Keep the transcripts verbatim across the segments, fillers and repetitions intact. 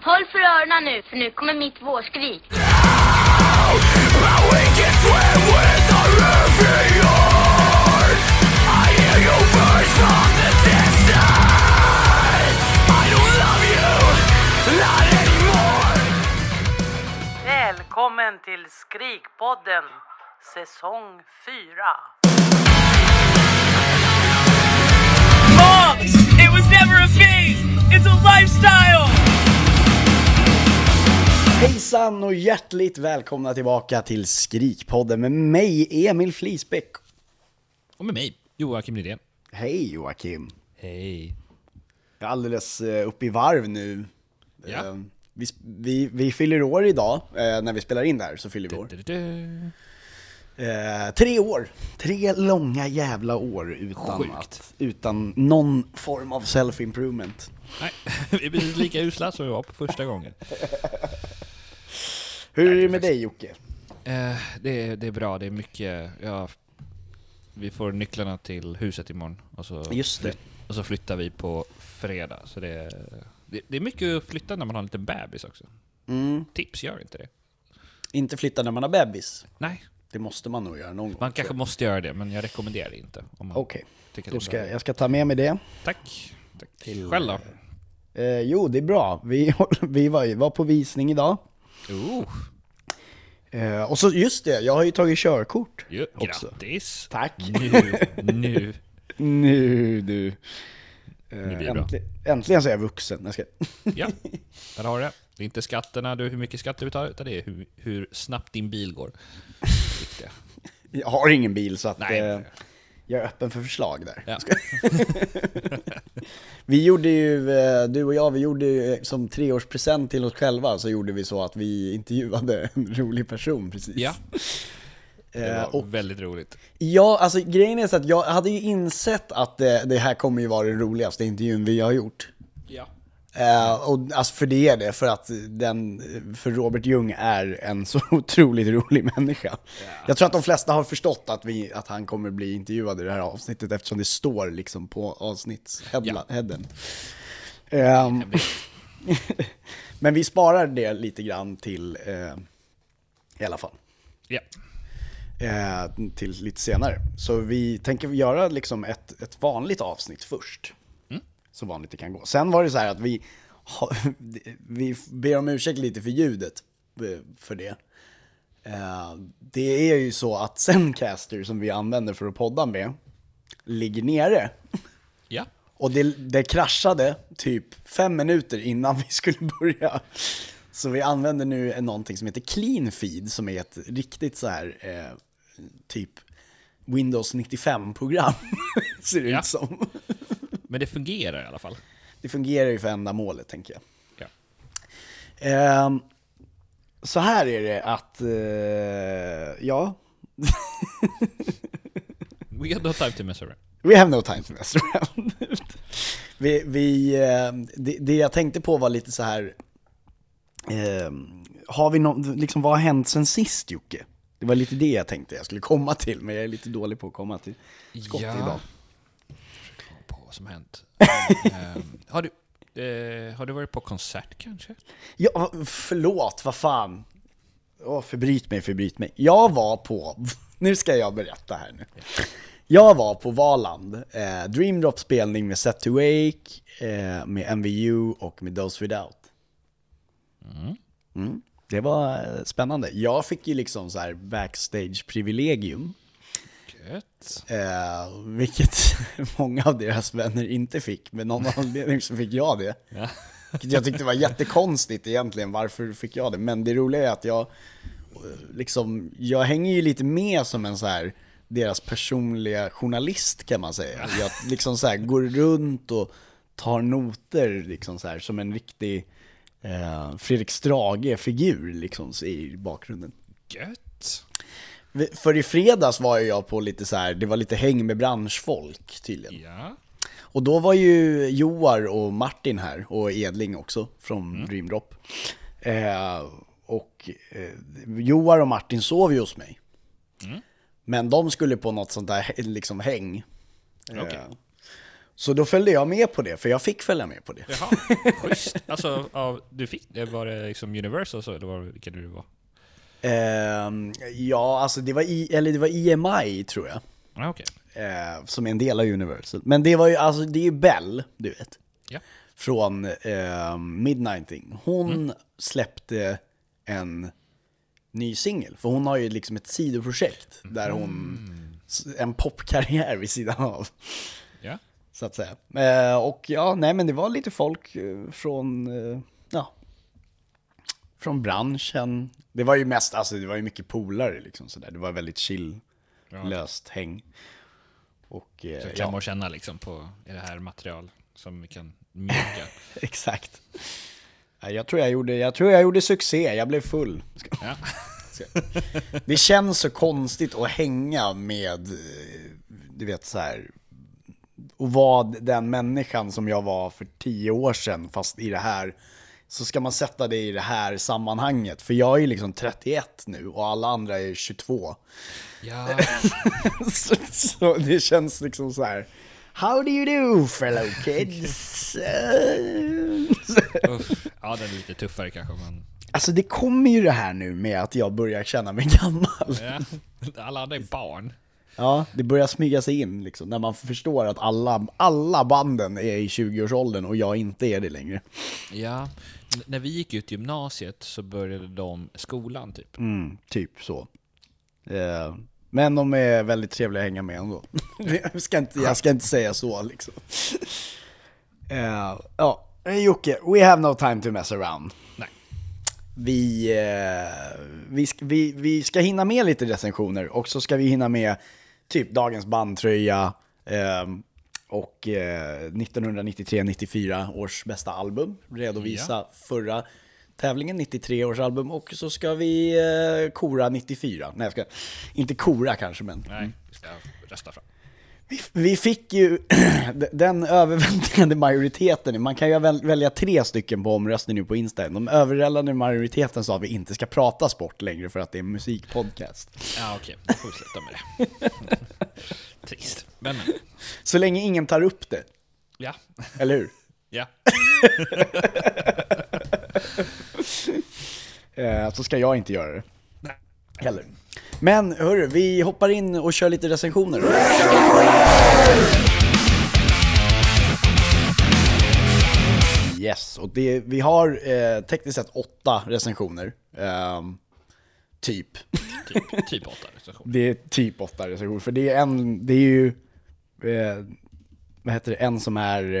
Håll för öronen nu, för nu kommer mitt vårskrik. Välkommen till Skrikpodden, säsong fyra. Moms! It was never a phase! It's a lifestyle! Hejsan och hjärtligt välkomna tillbaka till Skrikpodden med mig, Emil Flisbäck. Och med mig, Joakim Lidén. Hej Joakim. Hej. Jag är alldeles uh, uppe i varv nu. Ja. Uh, vi, vi, vi fyller år idag, uh, när vi spelar in där så fyller vi år. Du, du, du. Uh, tre år. Tre långa jävla år utan, Sjukt. att, utan någon form av self-improvement. Nej, vi är precis lika usla som vi var på första gången. Hur är det med dig, Jocke? Eh, det, är, det är bra, det är mycket... Ja, vi får nycklarna till huset imorgon. Och så, Just det. flyt, och så flyttar vi på fredag. Så det, är, det, det är mycket att flytta när man har en liten bebis också. Mm. Tips, gör inte det. Inte flytta när man har bebis. Nej, Det måste man nog göra någon gång. man kanske måste göra det, men jag rekommenderar det inte. Om man Okej, tycker då det är ska, bra. jag ska ta med mig det. Tack. Tack. Till- Själv då? Eh, jo, det är bra. Vi, vi var, var på visning idag. Oh, Eh, och så just det, jag har ju tagit körkort ju, också. grattis. Tack. Nu, nu. Nu du. Eh, Nu blir det bra. äntligen, äntligen så är jag vuxen. Jag ska... Ja, där har du det. Det är inte skatterna, du, hur mycket skatter du tar, utan det är hur, hur snabbt din bil går. Viktiga. Jag har ingen bil så att Nej. eh, jag är öppen för förslag där. Ja. Vi gjorde ju, eh, du och jag, vi gjorde ju, eh, som treårspresent till oss själva så gjorde vi så att vi intervjuade en rolig person precis. Ja, det Eh, var och väldigt roligt. Ja, alltså grejen är så att jag hade ju insett att det, det här kommer ju vara den roligaste intervjun vi har gjort. Ja. Eh, och alltså för det är det, för att den, för Robert Ljung är en så otroligt rolig människa. Jag tror att de flesta har förstått att, vi, att han kommer bli intervjuad i det här avsnittet eftersom det står liksom på avsnittsheaden. Ehm, men vi sparar det lite grann till, eh, i alla fall. Ja. Eh, till lite senare. Så vi tänker göra liksom ett, ett vanligt avsnitt först. Mm. Så vanligt det kan gå. Sen var det så här att vi, ha, vi ber om ursäkt lite för ljudet för det. Eh, det är ju så att Zencaster som vi använder för att podda med ligger nere. Ja. Och det, det kraschade typ fem minuter innan vi skulle börja. Så vi använder nu någonting som heter Clean Feed, som är ett riktigt så här eh, typ Windows nittiofem-program ser det Ja. ut som. Men det fungerar i alla fall. Det fungerar ju för ändamålet, tänker jag. Ja. Eh, så här är det att, eh, ja, We got no time to mess around. we have no time to mess around. vi, vi, eh, det, det jag tänkte på var lite så här, eh, har vi någon, liksom, vad har hänt sen sist, Jocke? Det var lite det jag tänkte jag skulle komma till, men jag är lite dålig på att komma till skott Ja. idag. Försöker komma på vad som hänt. um, har, du, eh, har du varit på konsert kanske? Ja, förlåt, vad fan. Åh, förbryt mig, förbryt mig. Jag var på, nu ska jag berätta här nu. Jag var på Valand, eh, Dream Drop spelning med Set to Wake, eh, med M V U och med Those Without. Mm. Mm. Det var eh, spännande. Jag fick ju liksom så här backstage-privilegium, Gött. eh, vilket många av deras vänner inte fick. Men någon anledning så fick jag det. Ja. Vilket jag tyckte var jättekonstigt egentligen, varför fick jag det. Men det roliga är att jag liksom, jag hänger ju lite med som en så här deras personliga journalist, kan man säga. Jag liksom så här går runt och tar noter liksom så här, som en riktig eh, Fredrik Strage-figur liksom i bakgrunden. Gött. För i fredags var jag på lite så här, det var lite häng med branschfolk tydligen. Ja. Och då var ju Joar och Martin här, och Edling också från Mm. Dream Drop. Eh, och eh, Joar och Martin sov ju hos mig. Mm. Men de skulle på något sånt där liksom häng. Okej. Eh, Så då följde jag med på det, för jag fick följa med på det. Jaha, schysst. Alltså, av, du fick det, var det liksom Universal så, eller var det, vilken du var? Um, ja, alltså det var, i, eller det var I M I tror jag. Ja, okej. Uh, som är en del av Universal. Men det var ju, alltså det är ju Belle, du vet. Ja. Från uh, Midnight Thing. Hon mm. släppte en ny singel. För hon har ju liksom ett sidoprojekt där hon, mm. en popkarriär vid sidan av. Ja. Så att säga. Uh, och ja, nej men det var lite folk uh, från, uh, ja, från branschen. Det var ju mest, alltså det var ju mycket polare liksom sådär. Det var väldigt chill, ja. löst häng. Och uh, så ja. klämma och känna liksom på det här material som vi kan mjuka. Exakt. Jag tror jag gjorde, jag tror jag gjorde succé. Jag blev full. Ja. Det känns så konstigt att hänga med, du vet så här, och vara den människan som jag var för tio år sedan, fast i det här, så ska man sätta det i det här sammanhanget. För jag är ju liksom trettioett nu och alla andra är tjugotvå. Ja. så, så det känns liksom så här. How do you do, fellow kids? Uff, ja, det är lite tuffare kanske. Men... Alltså det kommer ju det här nu med att jag börjar känna mig gammal. Ja. Alla andra är barn. Ja, det börjar smyga sig in liksom, när man förstår att alla, alla banden är i tjugoårsåldern och jag inte är det längre. Ja, N- när vi gick ut gymnasiet så började de skolan typ. Mm, typ så. Eh, men de är väldigt trevliga att hänga med ändå. jag, ska inte, jag ska inte säga så liksom. Eh, ja, Jocke, we have no time to mess around. Nej. Vi, eh, vi, ska, vi, vi ska hinna med lite recensioner och så ska vi hinna med typ dagens bandtröja eh, och eh, nittonhundranittiotre nittiofyra års bästa album. Redovisa ja. förra tävlingen, nittiotre års album, och så ska vi eh, kora nittiofyra. Nej, jag ska inte kora kanske, men... Nej, vi ska rösta fram. Vi, vi fick ju den överväldigande majoriteten. Man kan ju väl, välja tre stycken på omröstning nu på Instagram. De överväldigande majoriteten sa att vi inte ska prata sport längre för att det är en musikpodcast. Ja, okej. Då får vi sluta med det. Trist. Men, men. Så länge ingen tar upp det. Ja. Eller hur? Ja. Så ska jag inte göra det. Nej. Heller. Men hörru, vi hoppar in och kör lite recensioner. Yes, och det, vi har eh, tekniskt sett åtta recensioner. Um, typ. typ. Typ åtta recensioner. Det är typ åtta recensioner, för det är en, det är ju eh, vad heter det, en som är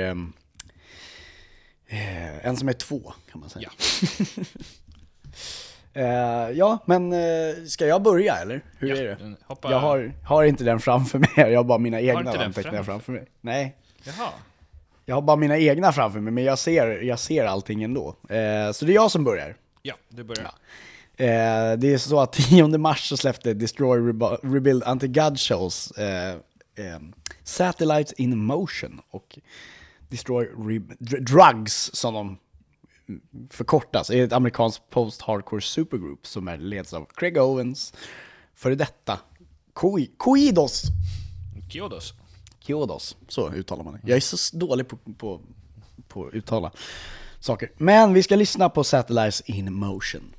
eh, en som är två, kan man säga. Ja. Uh, ja, men uh, ska jag börja eller? Hur ja, är det? Hoppa... Jag har, har inte den framför mig. Jag har bara mina egna anteckningar framför? framför mig. Nej. Jaha. Jag har bara mina egna framför mig, men jag ser, jag ser allting ändå. Uh, så det är jag som börjar. Ja, du börjar. Ja. Uh, det är så att tionde mars så släppte Destroy Reb- Rebuild Anti-God Shows uh, um, Satellites in Motion och Destroy Re- Dr- Drugs, som de förkortas, är ett amerikanskt post-hardcore supergroup som är leds av Craig Owens, före detta Koi- Koidos Kyodos. Kyodos, så uttalar man det. Jag är så dålig på, på, på att uttala saker. Men vi ska lyssna på Satellites in Motion.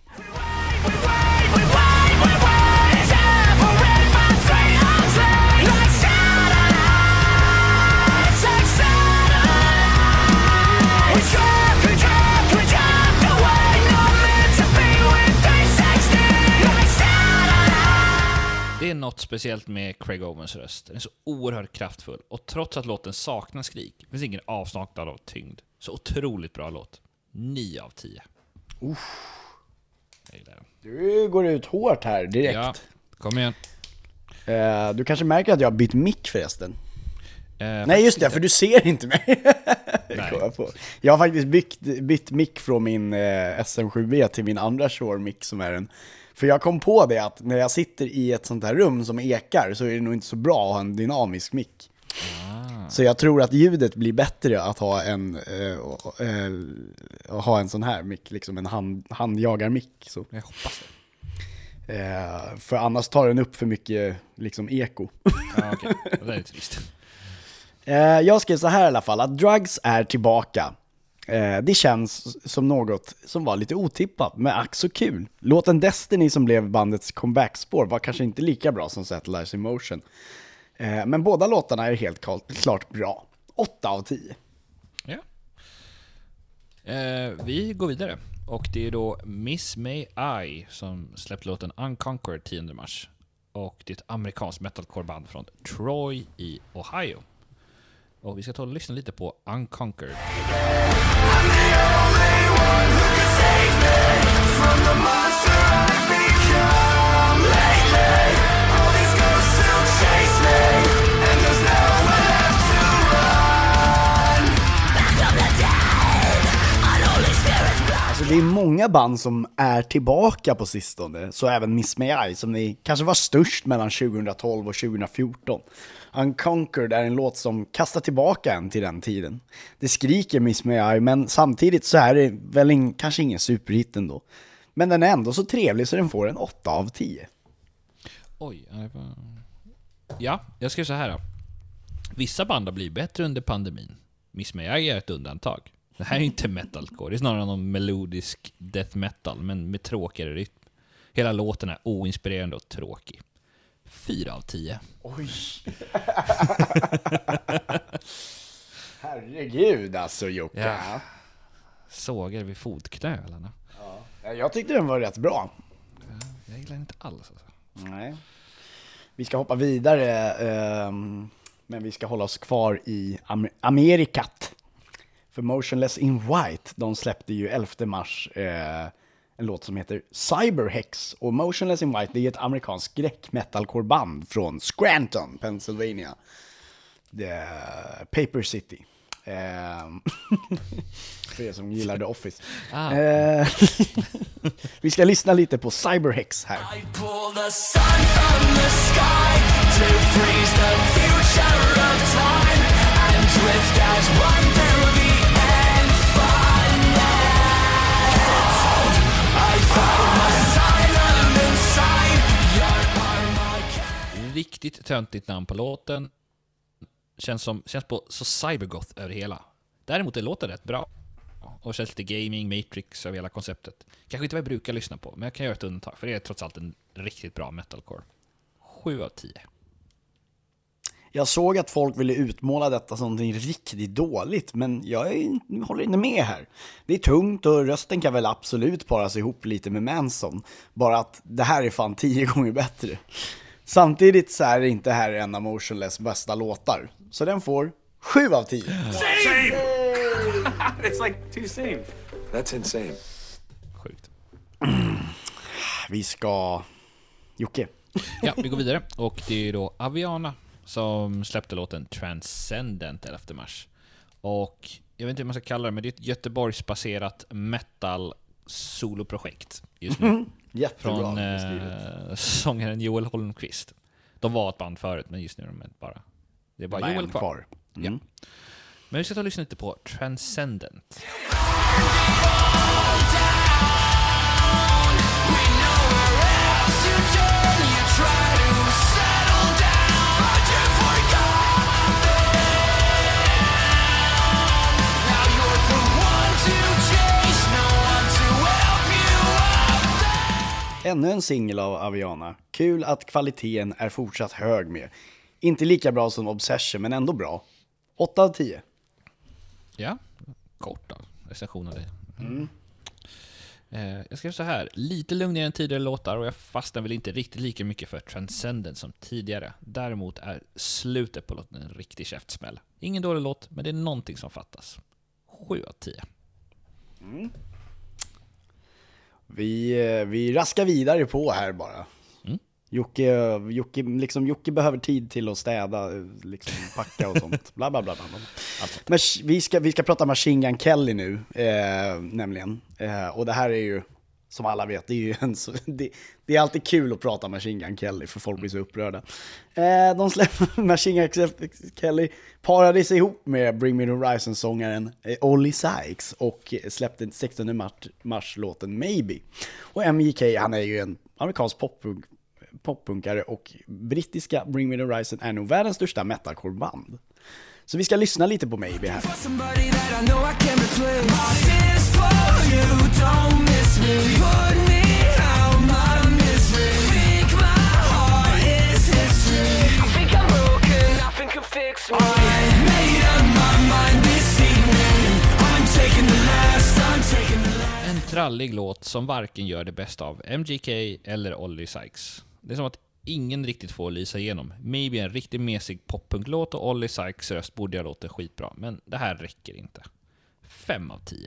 Det är något speciellt med Craig Owens röst. Den är så oerhört kraftfull. Och trots att låten saknar skrik, finns ingen avsaknad av tyngd. Så otroligt bra låt. nio av tio. Uff. Jag gillar den. Du går ut hårt här direkt. Ja, kom igen. Uh, du kanske märker att jag har bytt mick förresten. Eh, Nej, just det, för du ser inte mig. Nej. Jag, på. jag har faktiskt bytt, bytt mick från min eh, S M sju B till min andra Shure mick som är en... För jag kom på det att när jag sitter i ett sånt här rum som ekar så är det nog inte så bra att ha en dynamisk mick. Ah. Så jag tror att ljudet blir bättre att ha en eh, eh, ha en sån här mick, liksom en hand, handjagarmick. Så. Jag hoppas det. Eh, för annars tar den upp för mycket liksom eko. Ja, okej. Okay. Det är trist. Eh, jag skrev så här i alla fall, att Drugs är tillbaka. Eh, det känns som något som var lite otippat, men ack så kul. Låten Destiny som blev bandets comeback-spår var kanske inte lika bra som Satellites in Motion. Eh, men båda låtarna är helt klart bra. åtta av tio. Ja. Eh, vi går vidare. Och det är då Miss May I som släppte låten Unconquered tionde mars. Och det är ett amerikanskt metalcore-band från Troy i Ohio. Och vi ska ta och lyssna lite på Unconquered. Alltså det är många band som är tillbaka på sistone, så även Miss May I som ni kanske var störst mellan tjugohundratolv och tjugohundrafjorton. Unconquered är en låt som kastar tillbaka en till den tiden. Det skriker Miss May I, men samtidigt så är det väl in, kanske ingen superhit ändå. Men den är ändå så trevlig så den får en åtta av tio. Oj, ja, jag skrev så här då. Vissa band har blivit bättre under pandemin. Miss May I är ett undantag. Det här är inte metalcore, det är snarare någon melodisk death metal, men med tråkigare rytm. Hela låten är oinspirerande och tråkig. Fyra av tio. Oj. Herregud alltså, Jocke. Ja. Sågar vid fotknölarna. Ja. Jag tyckte den var rätt bra. Ja, jag gillar inte alls alltså. Nej. Vi ska hoppa vidare, eh, men vi ska hålla oss kvar i Amer- Amerikat. För Motionless in White, de släppte ju elfte mars eh, en låt som heter Cyberhex. Och Motionless in White, det är ett amerikanskt skräck-metalcore-band från Scranton, Pennsylvania. The Paper City. Eh, för er som gillar The Office. Ah. Eh, vi ska lyssna lite på Cyberhex här. I pull the sun from the sky to freeze the future of time and drift as one through the infinite. I found my asylum inside your arm. Riktigt töntigt namn på låten. Känns, som, känns på så cybergoth över hela. Däremot är låten rätt bra. Och känns lite gaming, Matrix över hela konceptet. Kanske inte vad jag brukar lyssna på, men jag kan göra ett undantag. För det är trots allt en riktigt bra metalcore. Sju av tio. Jag såg att folk ville utmåla detta som någonting riktigt dåligt, men jag är, håller inte med här. Det är tungt och rösten kan väl absolut paras ihop lite med Manson. Bara att det här är fan tio gånger bättre. Samtidigt så är det inte här en av Motionless bästa låtar. Så den får sju av tio. Same! It's like two same. That's insane. Sjukt. Vi ska... Jocke. Ja, vi går vidare. Och det är då Aviana som släppte låten Transcendent elfte mars. Och jag vet inte hur man ska kalla det, men det är ett Göteborgsbaserat metal soloprojekt just nu. Mm. Jättebra Från beskrivet. eh, sångaren Joel Holmqvist. De var ett band förut, men just nu är de inte bara. Det är bara Joel kvar. kvar. Mm. Ja. Men vi ska ta och lyssna lite på Transcendent. Ännu en singel av Aviana. Kul att kvaliteten är fortsatt hög med. Inte lika bra som Obsession, men ändå bra. åtta av tio. Ja, kort då. Recension av det. Mm. Eh, jag skrev så här. Lite lugnare än tidigare låtar och jag fastnar väl inte riktigt lika mycket för Transcendent som tidigare. Däremot är slutet på låten en riktig käftsmäll. Ingen dålig låt, men det är någonting som fattas. sju av tio. Mm. Vi, vi raskar vidare på här bara. Mm. Jocke, Jocke, liksom, Jocke behöver tid till att städa, liksom, packa och sånt. Bla, bla, bla, bla. Alltså. Men vi ska, vi ska prata Machine Gun Kelly nu, eh, nämligen. Eh, och det här är ju, som alla vet, det är ju en så, det, det är alltid kul att prata Machine Gun Kelly, för folk blir så upprörda. Eh, de släppte Machine Gun Kelly, parade sig ihop med Bring Me The Horizon-sångaren eh, Ollie Sykes och släppte sextonde mars låten Maybe. Och M J K, han är ju en amerikansk poppunk, poppunkare, och brittiska Bring Me The Horizon är nog världens största metalcore-band. Så vi ska lyssna lite på Maybe här. Somebody that I know I can replace. My is for you, don't miss me. Put me out my misery. Think my heart is history. I think I'm broken, nothing can fix me. I made up my mind this evening. I'm taking the last, I'm taking the last. En trallig låt som varken gör det bästa av M G K eller Olly Sykes. Det är som att ingen riktigt får lysa igenom. Maybe en riktigt mesig poppunklåt och Olly Sykes röst borde jag låta skitbra. Men det här räcker inte. Fem av tio.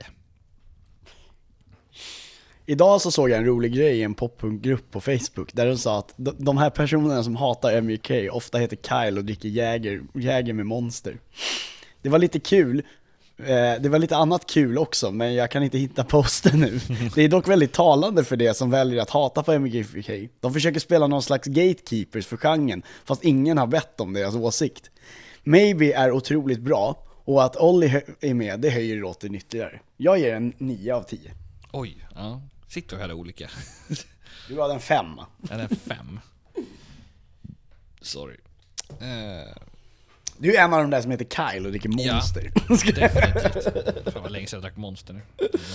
Idag så såg jag en rolig grej i en poppunkgrupp på Facebook där de sa att de här personerna som hatar M G K ofta heter Kyle och dricker Jäger, Jäger med Monster. Det var lite kul. Det var lite annat kul också, men jag kan inte hitta posten nu. Det är dock väldigt talande för det som väljer att hata på M G K. De försöker spela någon slags gatekeepers för genren, fast ingen har bett om deras åsikt. Maybe är otroligt bra, och att Olly är med, det höjer låten ytterligare. Jag ger en nio av tio. Oj, ja. Sitter vi här olika. Du har en femma. Är det fem? Sorry. Uh... Du är en av de där som heter Kyle och dricker Monster. Ja, definitivt. Fan vad länge sedan jag drack Monster nu.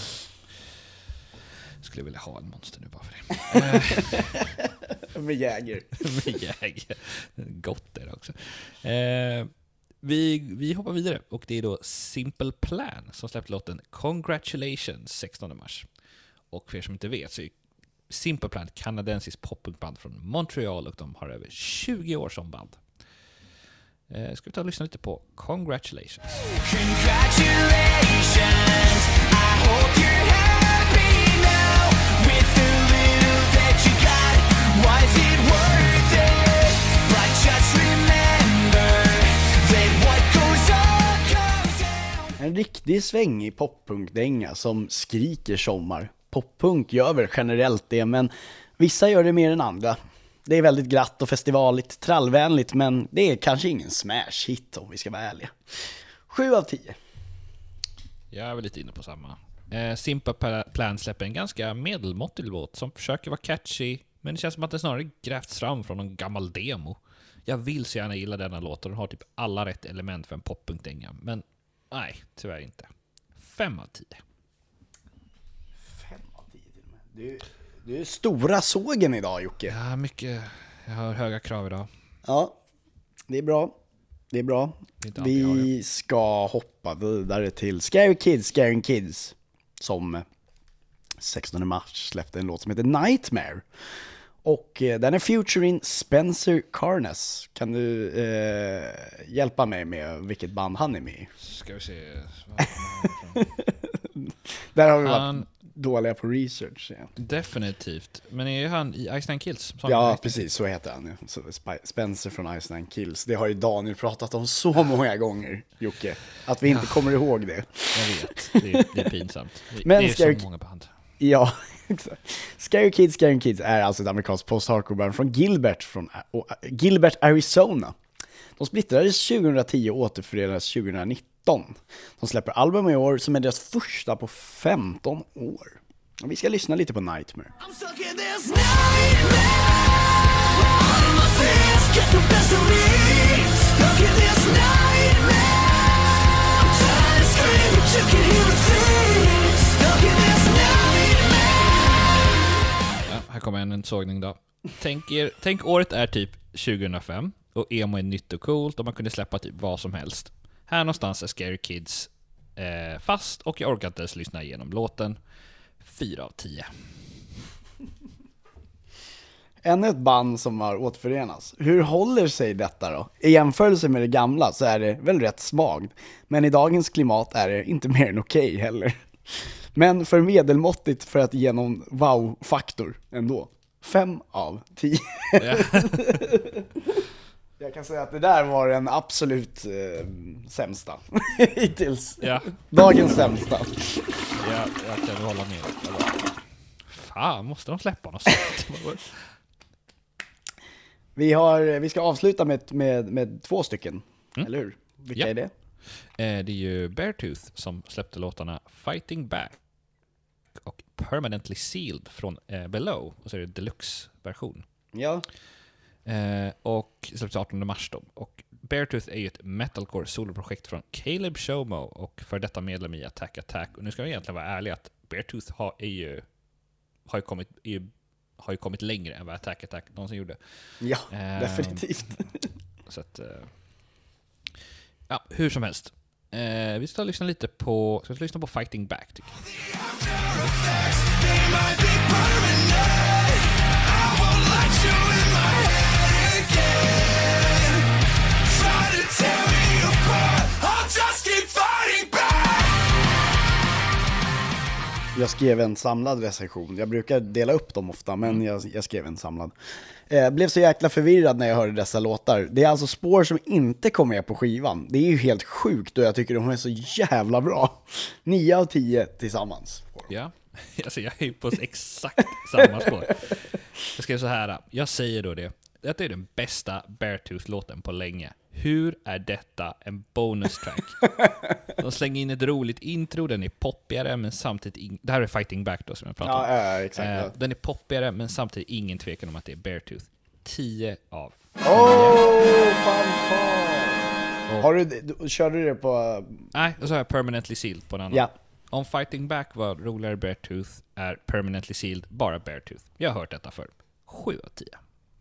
Skulle vilja ha en Monster nu bara för det. Med Jäger. Med Jäger. Gott är det också. Eh, vi, vi hoppar vidare. Och det är då Simple Plan som släppte låten Congratulations sextonde mars. Och för er som inte vet så är Simple Plan ett kanadensiskt poppunkband från Montreal och de har över tjugo år som band. Eh, ska vi ta och lyssna lite på Congratulations. Congratulations, I hope you're happy now with the little that you got. Was it worth it? But just remember that what goes up comes down. En riktig svängig poppunkdänga som skriker sommar. Poppunk gör väl generellt det, men vissa gör det mer än andra. Det är väldigt glatt och festivaligt, trallvänligt, men det är kanske ingen smash-hit om vi ska vara ärliga. Sju av tio. Jag är väl lite inne på samma. Eh, Simple Plan släpper en ganska medelmåttig låt som försöker vara catchy, men det känns som att det snarare grävts fram från någon gammal demo. Jag vill så gärna gilla denna låt och den har typ alla rätt element för en poppunkdänga, men nej, tyvärr inte. Fem av tio. Fem av tio till och med. Du, du är stora sågen idag, Jocke. Ja, mycket. Jag har höga krav idag. Ja, det är bra. Det är bra. Det är inte alltid jag har Vi ska hoppa vidare till Scary Kids, Scaring Kids, som sextonde mars släppte en låt som heter Nightmare. Och eh, den är featuring Spencer Carnes. Kan du eh, hjälpa mig med vilket band han är med i? Ska vi se. Där har vi varit Han- dåliga på research. Ja, Definitivt. Men är han i Ice Nine Kills? ja precis, så heter han. Ja. Så Sp- Spencer från Ice Nine Kills. Det har ju Daniel pratat om så många gånger, Jocke, att vi inte kommer ihåg det. Jag vet, det är, det är pinsamt. Det, Men det är ska vi- så många band. Ja, exakt. Scary Kids, Scaring Kids är alltså ett amerikanskt post-hardcore-band från Gilbert, från och, Gilbert, Arizona. De splittrades tjugohundratio och återförenades tjugohundranitton. De släpper album i år som är deras första på femton år. Och vi ska lyssna lite på Nightmare. I'm stuck in this nightmare. All of my fears get the best of me. Stuck in this nightmare. I'm trying to scream, but you can hear a thing. Stuck in this nightmare. Ja, här kommer en, en sågning då. Tänk, er, tänk året är typ tjugohundrafem och emo är nytt och coolt och man kunde släppa typ vad som helst. Här någonstans är Scary Kids eh, fast och jag orkar inte ens lyssna igenom låten. Fyra av tio. Ännu ett band som har återförenats. Hur håller sig detta då? I jämförelse med det gamla så är det väl rätt smagt. Men i dagens klimat är det inte mer än okej heller. Men för medelmåttigt för att ge någon wow-faktor ändå. Fem av tio. Ja. Jag kan säga att det där var den absolut eh, sämsta hittills. Ja. Dagens sämsta. Ja, jag kan hålla med. Fan, måste de släppa något sånt? Vi, har, vi ska avsluta med, med, med två stycken, Mm. eller hur? Vilka Ja. är det? Eh, det är ju Beartooth som släppte låtarna Fighting Back och Permanently Sealed från eh, Below. Och så är det deluxe-version. Ja, Eh, och släpptes artonde mars då. Och Beartooth är ju ett metalcore soloprojekt från Caleb Shomo och för detta medlem i Attack Attack. Och nu ska jag egentligen vara ärlig att Beartooth har, är ju, har, ju kommit, är ju, har ju kommit längre än vad Attack Attack någonsin gjorde. Ja, Ehm, definitivt. Så att, eh, ja, hur som helst. Eh, vi ska lyssna lite på, ska vi lyssna på Fighting Back, tycker jag. Jag skrev en samlad recension. Jag brukar dela upp dem ofta, men jag, jag skrev en samlad. Eh, blev så jäkla förvirrad när jag hörde dessa låtar. Det är alltså spår som inte kom med på skivan. Det är ju helt sjukt och jag tycker de är så jävla bra. Nio av tio tillsammans. Ja, alltså jag är ju på exakt samma spår. Jag skrev så här, jag säger då det. Detta är den bästa Beartooth-låten på länge. Hur är detta en bonus track? De slänger in ett roligt intro, den är poppigare men samtidigt in... Det här är Fighting Back då som jag pratar om. Ja, ja, exakt. Eh, den är poppigare men samtidigt ingen tvekan om att det är Beartooth. tio av. Åh, fan, fan. Har du, du, körde du det på... Nej, och så har jag Permanently Sealed på en annan. Ja. Om Fighting Back var roligare Beartooth är Permanently Sealed bara Beartooth. Jag har hört detta för sju av tio.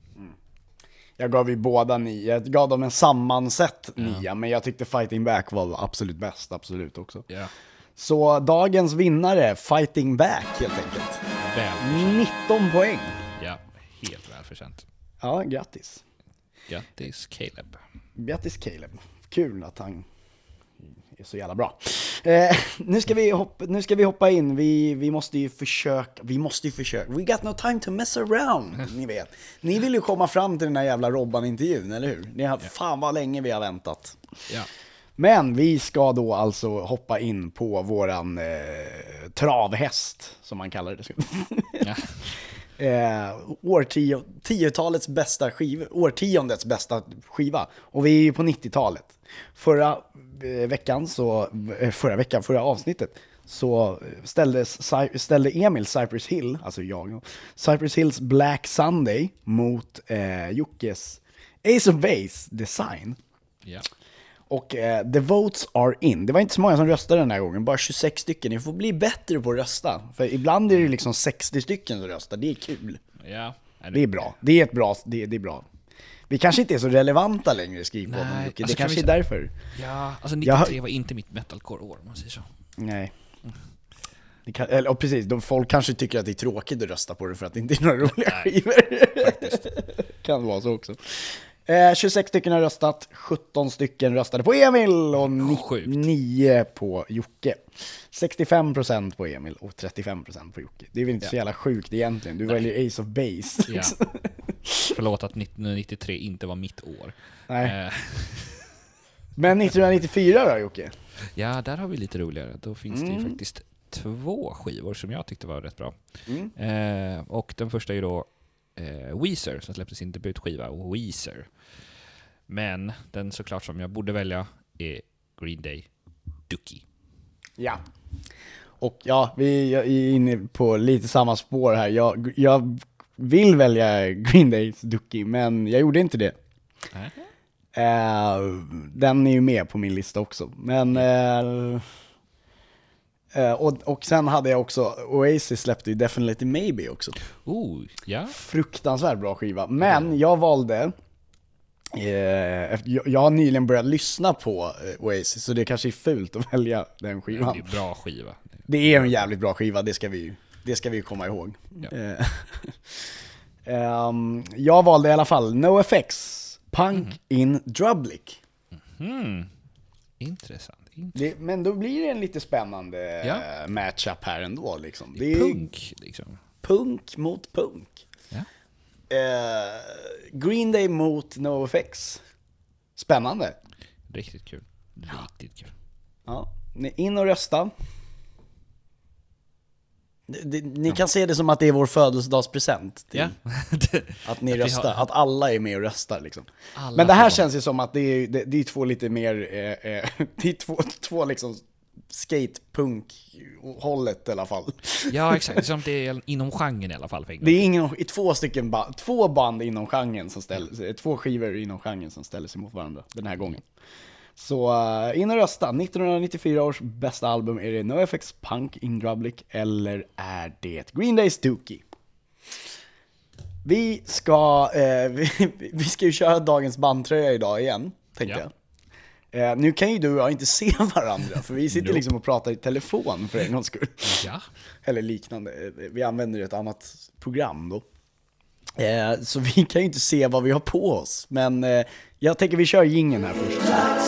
Jag gav ju båda nio. Jag gav dem en sammansett nia, men jag tyckte Fighting Back var absolut bäst, absolut också. Ja. Så dagens vinnare, Fighting Back helt enkelt. Välförtjänt. nitton poäng. Ja, helt välförtjänt. Ja, grattis. Grattis Caleb. Grattis Caleb. Kul att han är så jävla bra. Eh, nu, ska vi hoppa, nu ska vi hoppa in. Vi, vi måste ju försöka. Vi måste ju försöka. We got no time to mess around. Ni vet. Ni vill ju komma fram till den här jävla Robban-intervjun, eller hur? Ni har, fan vad länge vi har väntat. Ja. Men vi ska då alltså hoppa in på våran eh, travhäst, som man kallar det. Ja. Eh, årtio, tiotalets bästa skiva, årtiondets bästa skiva. Och vi är ju på nittiotalet. Förra eh, veckan så eh, förra veckan förra avsnittet så ställdes ställde Emil Cypress Hill, alltså jag, Cypress Hills Black Sunday mot eh, Jockes Ace of Base Design. Ja. Och eh, the votes are in. Det var inte så många som röstade den här gången, bara tjugosex stycken. Ni får bli bättre på att rösta. För ibland är det liksom sextio stycken som röstar. Det är kul. Ja. Det är bra. Det är ett bra, det är, det är bra. Vi kanske inte är så relevanta längre i skrivpodden. Nej, Det alltså, kanske är vi... därför. Ja, alltså nittiotre var inte mitt metalcore-år, om man säger så. Nej. Det kan, eller, och precis, de, folk kanske tycker att det är tråkigt att rösta på det för att det inte är några roliga skivor. Faktiskt. Kan vara så också. Eh, tjugosex stycken har röstat, sjutton stycken röstade på Emil och nio på Jocke. sextiofem procent på Emil och trettiofem procent på Jocke. Det är väl inte ja. så jävla sjukt egentligen. Du Nej. väljer Ace of Base. Ja. Förlåt att nittonhundranittiotre inte var mitt år. Nej. Eh. Men nittonhundranittiofyra då, Jocke? Ja, där har vi lite roligare. Då finns Mm. det ju faktiskt två skivor som jag tyckte var rätt bra. Mm. Eh, och den första är ju då eh, Weezer som släppte sin debutskiva, Weezer. Men den såklart som jag borde välja är Green Day, Dookie. Ja. Och ja, vi är inne på lite samma spår här. Jag, jag vill välja Green Days Dookie, men jag gjorde inte det. Äh? Uh, den är ju med på min lista också. Men uh, uh, och, och sen hade jag också Oasis släppte ju Definitely Maybe också. Oh, ja. Fruktansvärt bra skiva. Men jag valde uh, jag, jag har nyligen börjat lyssna på uh, Oasis, så det kanske är fult att välja den skivan. Det är en bra skiva. Det är en jävligt bra skiva, det ska vi ju det ska vi ju komma ihåg. Ja. Uh, um, jag valde i alla fall NoFX Punk mm. in Drublic. Mm. Intressant. Intressant. Det, men då blir det en lite spännande ja. matchup här ändå. Liksom. Det är punk. Liksom. Punk mot punk. Ja. Uh, Green Day mot NoFX. Spännande. Riktigt kul. Riktigt kul. Ja. In och rösta. Det, ni kan se det som att det är vår födelsedagspresent till, ja. att ni att röstar, har... att alla är med och röstar liksom. Alla men det här får... känns ju som att det är, det, det är två lite mer eh, eh, det är två, två liksom skatepunk-hållet i alla fall. Ja, exakt. Som det är inom genren i alla fall. För Det är ingen, i två stycken band, två band inom genren som ställer, två skivor inom genren som ställer sig mot varandra den här gången. Så uh, in och rösta. nittonhundranittiofyra års bästa album, är det NoFX Punk in Drublic eller är det Green Day's Dookie? Vi ska, eh, vi, vi ska ju köra dagens bandtröja idag igen, tänkte Ja. jag. Eh, nu kan ju du och jag inte se varandra, för vi sitter Nope. liksom och pratar i telefon för en gångs skull. Ja. Eller liknande. Vi använder ett annat program då. Eh, så vi kan ju inte se vad vi har på oss. Men eh, jag tänker vi kör jingeln här först.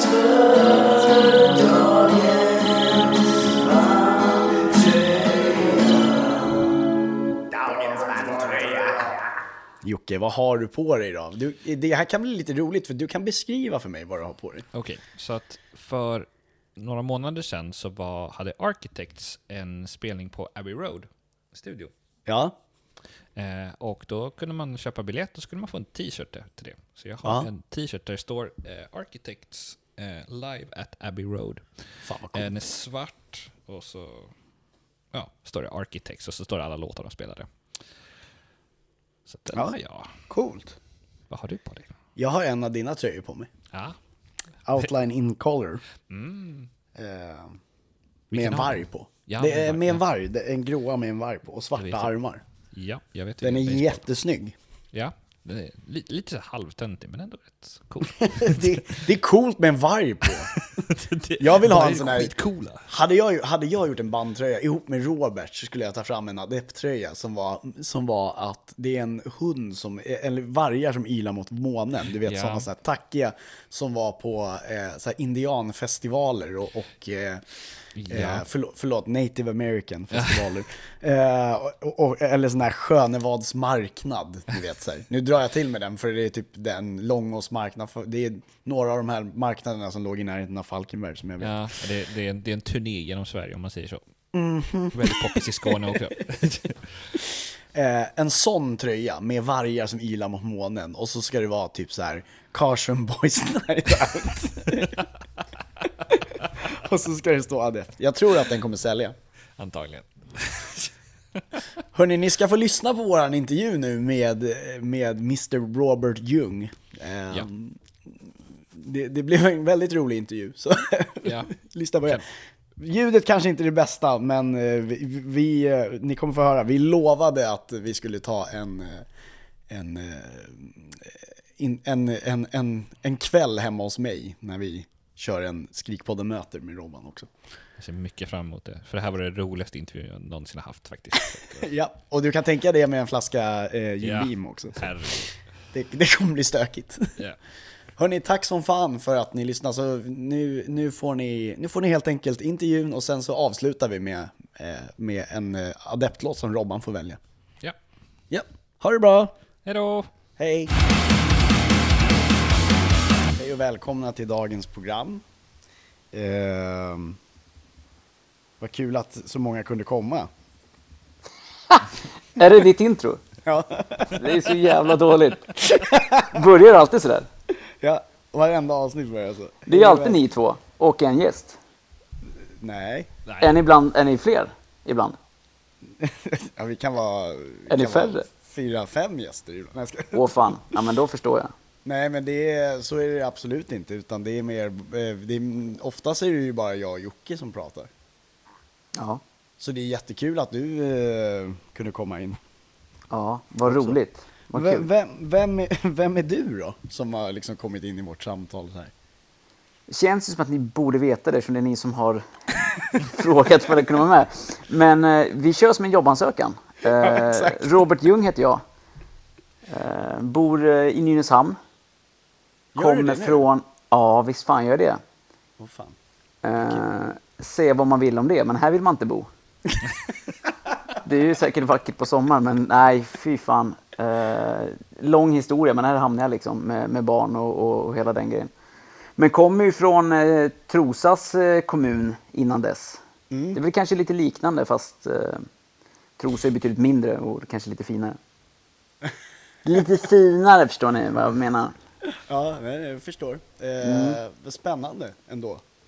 Jocke, vad har du på dig då? Du, det här kan bli lite roligt för du kan beskriva för mig vad du har på dig. Okej, så att för några månader sedan så var, hade Architects en spelning på Abbey Road studio. Ja, Eh, och då kunde man köpa biljett och så kunde man få en t-shirt där till det. Så jag har Ja. en t-shirt där det står eh, Architects eh, live at Abbey Road. fan vad Eh, coolt. den är svart och så ja, står det Architects och så står det alla låtar de spelade. Så att den Ja. har jag. Coolt. Vad har du på dig? Jag har en av dina tröjor på mig. Ja. Outline in color. Mm. Eh, med Vilken en har varg du? på. Ja, det med är varg, med en ja. varg, det är en gråa med en varg på och Jag vet svarta inte. armar. Ja, jag vet Den är baseball. jättesnygg. Ja, den är li- lite så halvtöntig men ändå rätt cool. det, det är coolt med en varg på. Jag vill ha en sån här. Skitcoola. Hade jag, hade jag gjort en bandtröja ihop med Robert så skulle jag ta fram en adept-tröja som var, som var att det är en hund som, eller vargar som ylar mot månen. Du vet, Ja. sådana så här tackiga som var på eh, så här indianfestivaler och, och eh, Ja. eh, förlåt, förlåt, Native American festivaler. eh, och, och, eller sån här Skönevads marknad, du vet så här. Nu drar jag till med den för det är typ den Långås marknad. Det är några av de här marknaderna som låg i närheten av Falkenberg som jag vet. Ja, det, det, är en, det är en turné genom Sverige om man säger så. Mhm. Väldigt poppis i Skåne också. Eh, en sån tröja med vargar som ylar mot månen och så ska det vara typ så här Carson Boys Night Out. Och så ska det stå adept. Jag tror att den kommer sälja. Antagligen. Hörrni, ni ska få lyssna på våran intervju nu med, med mister Robert Ljung. Eh, Ja. det, det blev en väldigt rolig intervju. Så Ja. lyssna på det. Ljudet kanske inte är det bästa, men eh, vi, vi, eh, ni kommer få höra. Vi lovade att vi skulle ta en, eh, en, eh, in, en, en, en, en kväll hemma hos mig när vi kör en Skrikpodden-möter med Robban också. Jag ser mycket fram emot det. För det här var det roligaste intervjun jag någonsin har haft faktiskt. Ja, och du kan tänka det med en flaska eh, Jim Ja. Beam också. Herregud. Det, det kommer bli stökigt. Ja. Hörrni, tack som fan för att ni lyssnar. Så nu, nu, får ni, nu får ni helt enkelt intervjun och sen så avslutar vi med, eh, med en eh, adeptlåt som Robban får välja. Ja. Ja, ha det bra! Hej då! Hej! Hej och välkomna till dagens program. Eh, vad kul att så många kunde komma. Är det ditt intro? Ja, Det är så jävla dåligt. Börjar alltid sådär. ja varenda avsnitt börjar så. Det är alltid ni två och en gäst. Nej, Är ni, ibland, är ni fler ibland? ja, vi kan vara, vi Är ni kan vara färre? fyra, fem gäster ibland. Nej, jag ska- Åh fan, ja men då förstår jag. Nej, men det är, så är det absolut inte, utan det är mer, eh, det är, oftast är det ju bara jag och Jocke som pratar. Ja, Så det är jättekul att du eh, kunde komma in. ja vad roligt. Vad Vem, kul. vem, vem, är, vem är du då, som har liksom kommit in i vårt samtal så här? Känns det som att ni borde veta det, som det är ni som har frågat för att kunna vara med. Men eh, vi kör som en jobbansökan. Eh, exakt. Robert Ljung heter jag. Eh, bor eh, i Nynäshamn. Gör du Kommer det nu? från... Ja, visst fan gör jag det. Åh fan. Eh, se vad man vill om det, men här vill man inte bo. Det är ju säkert vackert på sommaren, men nej, fy fan. Eh, lång historia, men här hamnar jag liksom med, med barn och, och, och hela den grejen. Men kommer ju från eh, Trosas eh, kommun innan dess. Mm. Det är väl kanske lite liknande, fast eh, Trosa är betydligt mindre och kanske lite finare. Lite finare, förstår ni vad jag menar? Ja, nej, jag förstår. Eh, Mm. Spännande ändå.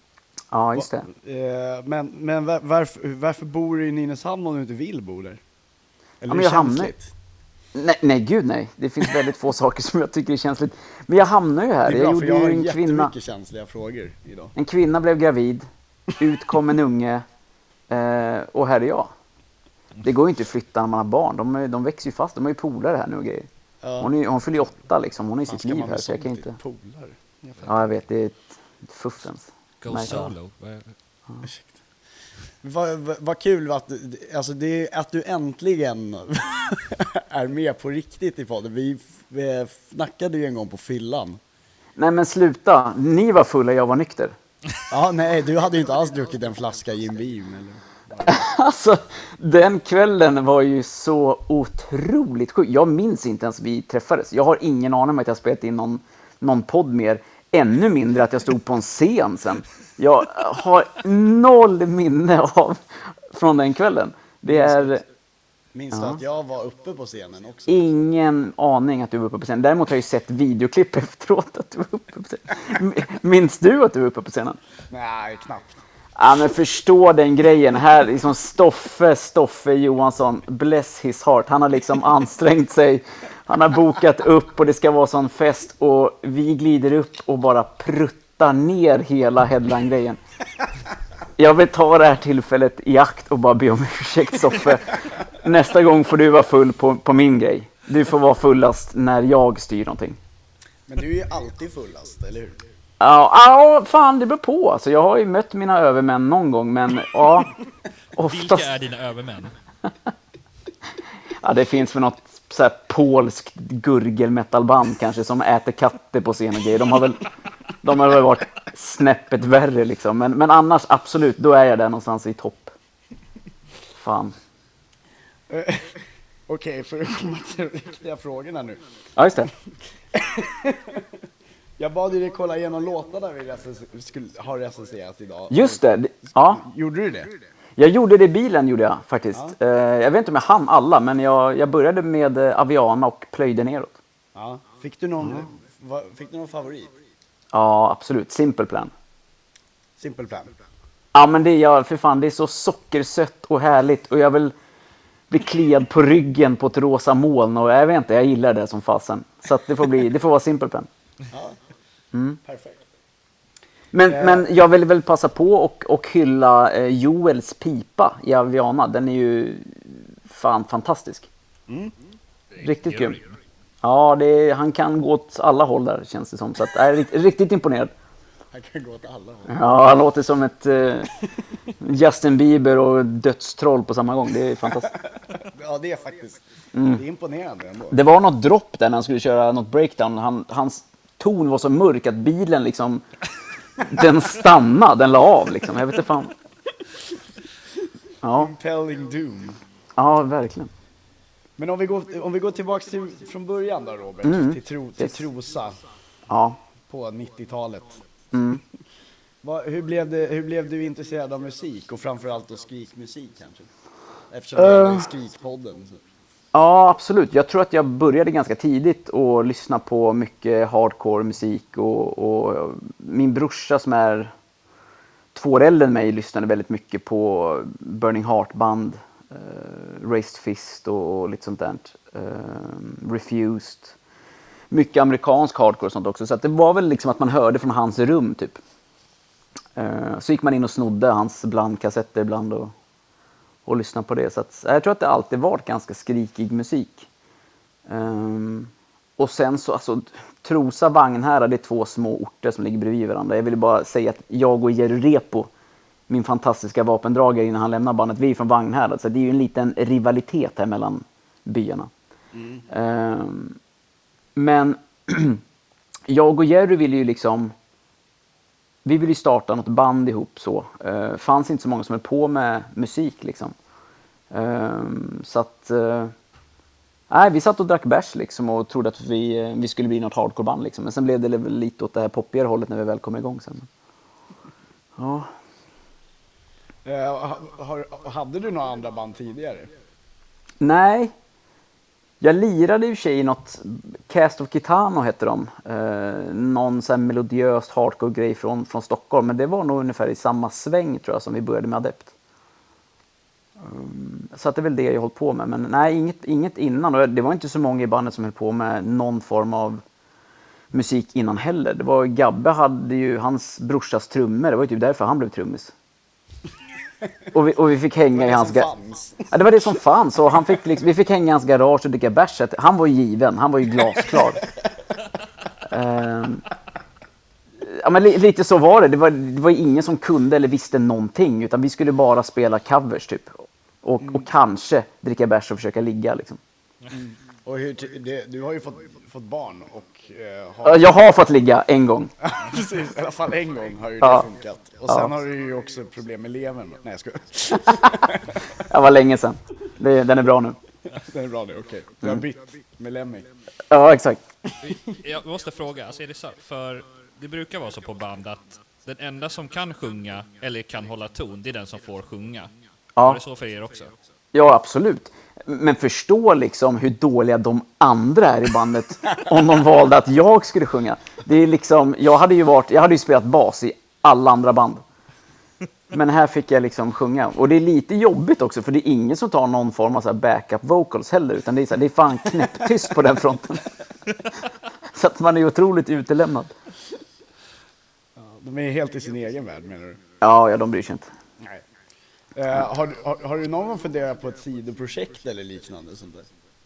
Ja, just det. Eh, men men var, varför, varför bor du i Nynäshamn om du inte vill bo där? Eller Ja, är men det jag hamnar- känsligt? Nej, nej, gud nej. Det finns väldigt få saker som jag tycker är känsligt. Men jag hamnar ju här. Det är Jag bra, för gjorde jag har ju en kvinna. jättemycket känsliga frågor idag. En kvinna blev gravid, ut kom en unge eh, och här är jag. Det går ju inte att flytta när man har barn. De, är- de växer ju fast. De är ju polare här nu och grejer. Ja. Hon, är, hon fyller ju åtta liksom. Hon är i Fan, sitt ska liv man här bli så jag kan såld till inte... polare? Jag fattar. Ja, jag vet. Det är ett, ett fuffens. Go Nej, solo. Vad- Ursäkta. Vad vad- vad kul att, du- alltså det är att du äntligen är med på riktigt i podden. Vi, vi snackade ju en gång på fyllan. Nej, men sluta. Ni var fulla, jag var nykter. Ja, nej, du hade ju inte alls druckit en flaska Jim Beam eller? Alltså, den kvällen var ju så otroligt sjuk. Jag minns inte ens vi träffades. Jag har ingen aning om att jag spelat in någon, någon podd mer. Ännu mindre att jag stod på en scen sen. Jag har noll minne av från den kvällen. Det är Minns du att jag var uppe på scenen också? ingen aning att du var uppe på scenen. Däremot har jag ju sett videoklipp efteråt att du var uppe på scenen. Minns du att du var uppe på scenen? Nej, knappt. Ja, men förstå den grejen. Här liksom Stoffe, Stoffe Johansson, bless his heart. Han har liksom ansträngt sig. Han har bokat upp och det ska vara sån fest. Och vi glider upp och bara pruttar ner hela headline-grejen. Jag vill ta det här tillfället i akt och bara be om ursäkt, Stoffe. Nästa gång får du vara full på, på min grej. Du får vara fullast när jag styr någonting. Men du är ju alltid fullast, eller hur? Ja, ja, fan det beror på. Alltså, jag har ju mött mina övermän någon gång, men ja, oftast... Vilka är dina övermän? Ja, det finns väl något så här polskt gurgelmetalband kanske som äter katter på scen och grejer. De har väl, de har väl varit snäppet värre liksom. Men, men annars absolut, då är jag där någonstans i topp. Fan. Okej, för att komma till de riktiga frågorna nu. Ja, just det. Jag bad dig kolla igenom låtarna vi recens- skulle ha recenserat idag. Just det. det- Ja, Gjorde du det? jag gjorde det i bilen gjorde jag faktiskt. Eh, jag vet inte om jag hann alla, men jag, jag började med eh, Aviana och plöjde neråt. Ja. Fick du någon, va, fick du någon favorit? Ja, absolut. Simple Plan. Simple Plan. Ja, men det är jag, för fan, det är så sockersött och härligt och jag vill bli kliad på ryggen på ett rosa moln och jag vet inte, jag gillar det som fasen. Så att det får bli, det får vara Simple Plan. Perfekt. Men, Eh. men jag vill väl passa på och, och hylla eh, Joels pipa i Aviana. Den är ju fan fantastisk. Riktigt grym. Ja, det är, han kan gå åt alla håll där känns det som. Så att, jag är rikt, riktigt imponerad. Han kan gå åt alla håll. Ja, han låter som ett eh, Justin Bieber och dödstroll på samma gång. Det är fantastiskt. Ja, det är faktiskt. Det är imponerande ändå. Det var något dropp där när han skulle köra något breakdown. Han, hans ton var så mörk att bilen liksom... Den stannade, den la av liksom. Jag vet inte fan. Ja, Impelling Doom. ja verkligen. Men om vi går, om vi går tillbaka till, från början då, Robert, till, tro, till Yes. Trosa Ja. på nittiotalet. Vad, hur, blev det, hur blev du intresserad av musik och framförallt då skrikmusik kanske? Eftersom det är Skrikpodden. Så. Ja, absolut. Jag tror att jag började ganska tidigt och lyssna på mycket hardcore musik och, och min brorsa som är två år äldre än mig lyssnade väldigt mycket på Burning Heart-band, eh, Raised Fist och, och lite sånt där. Eh, Refused. Mycket amerikansk hardcore och sånt också. Så att det var väl liksom att man hörde från hans rum typ. Eh, så gick man in och snodde hans blandkassetter ibland och och lyssna på det. Så att, jag tror att det alltid varit ganska skrikig musik. Um, och sen så, alltså, Trosa, Vagnhärad, det är två små orter som ligger bredvid varandra. Jag vill bara säga att jag och Jerry Repo, min fantastiska vapendragare innan han lämnar bandet, vi är från Vagnhärad. Så det är ju en liten rivalitet här mellan byarna. Mm. Um, men jag och Jerry ville ju liksom vi ville ju starta något band ihop så. Uh, fanns inte så många som är på med musik liksom. Uh, så att uh, nej, vi satt och drack bärs liksom och trodde att vi, uh, vi skulle bli något hardcoreband liksom. Men sen blev det väl lite åt det här poppigare hållet när vi väl kom igång sen. Ja. Uh, har, hade du några andra band tidigare? Nej. Jag lirade i och för sig i något Cast of Kitano hette de. Eh, någon sån här melodiöst hardcore-grej från, från Stockholm. Men det var nog ungefär i samma sväng tror jag som vi började med Adept. Um, så att det är väl det jag hållit på med. Men nej, inget, inget innan. Och det var inte så många i bandet som höll på med någon form av musik innan heller. Det var Gabbe hade ju hans brorsas trummor. Det var ju typ därför han blev trummis. Och vi, och vi fick hänga i hans garage. Ja, det var det som fanns. Och han fick liksom, vi fick hänga i hans garage och dricka bärs. Han var ju given. Han var ju glasklar. um, ja, men li, lite så var det. Det var, det var ingen som kunde eller visste någonting. Utan vi skulle bara spela covers typ. Och, mm. och kanske dricka bärs och försöka ligga liksom. Mm. Och hur, det, du har ju fått, fått barn och... Uh, har... Jag har fått ligga en gång. Precis, i alla fall en gång har ju ja. det funkat. Och sen ja. har du ju också problem med levern. Nej, jag skojar. Det var länge sedan. Det, den är bra nu. Den är bra nu, okej. Okay. Du har bytt med Lemmy. Ja, exakt. Jag måste fråga, alltså är det så? För det brukar vara så på band att den enda som kan sjunga eller kan hålla ton, det är den som får sjunga. Ja. Var det så för er också? Ja, absolut. Men förstå liksom hur dåliga de andra är i bandet om de valde att jag skulle sjunga. Det är liksom, jag hade ju varit, jag hade ju spelat bas i alla andra band. Men här fick jag liksom sjunga. Och det är lite jobbigt också, för det är ingen som tar någon form av så här backup vocals heller, utan det är, så här, det är fan knäpptyst på den fronten. Så att man är otroligt utelämnad. Ja, de är helt i sin egen värld, menar du? Ja, ja, de bryr sig inte. Nej. Uh, har, har, har du någon gång funderat på ett sidoprojekt eller liknande sånt där?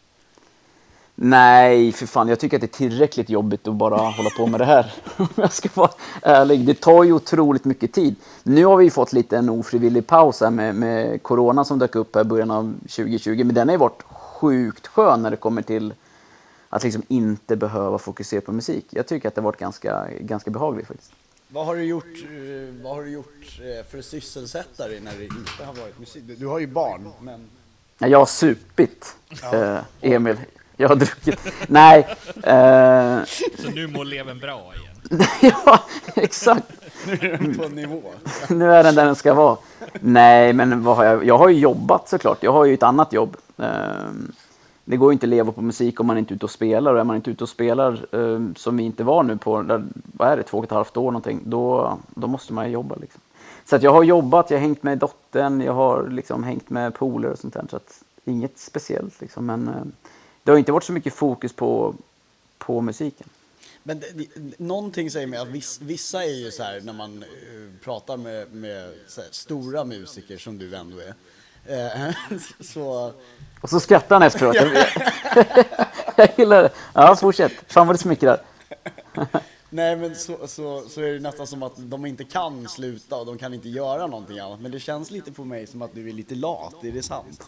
Nej, för fan. Jag tycker att det är tillräckligt jobbigt att bara hålla på med det här. Om jag ska vara ärlig. Det tar ju otroligt mycket tid. Nu har vi fått lite en ofrivillig paus här med, med corona som dök upp här i början av tjugo tjugo. Men den har ju varit sjukt skön när det kommer till att liksom inte behöva fokusera på musik. Jag tycker att det har varit ganska, ganska behagligt faktiskt. Vad har du gjort, vad har du gjort för att sysselsätta dig när det inte har varit musik? Du har ju barn, men... Jag har supit, ja. eh, Emil. Jag har druckit. Nej. Eh... Så nu mår levern bra igen? Ja, exakt. Nu är den på nivå. Nu är den där den ska vara. Nej, men vad har jag? Jag har ju jobbat såklart. Jag har ju ett annat jobb. Eh... Det går ju inte att leva på musik om man inte är ute och spelar. Och är man inte ute och spelar, eh, som vi inte var nu på, där, vad är det, två och ett halvt år någonting, då, då måste man ju jobba liksom. Så att jag har jobbat, jag har hängt med dottern, jag har liksom hängt med polare och sånt där. Så att inget speciellt liksom, men eh, det har inte varit så mycket fokus på, på musiken. Men det, det, någonting säger mig att viss, vissa är ju så här, när man uh, pratar med, med så här, stora musiker som du ändå är. Uh, så... Och så skrattar han efteråt. Jag gillar det. Ja, fortsätt. Fan vad det smickrar. Nej, men så, så, så är det nästan som att de inte kan sluta och de kan inte göra någonting annat. Men det känns lite på mig som att du är lite lat. Är det sant?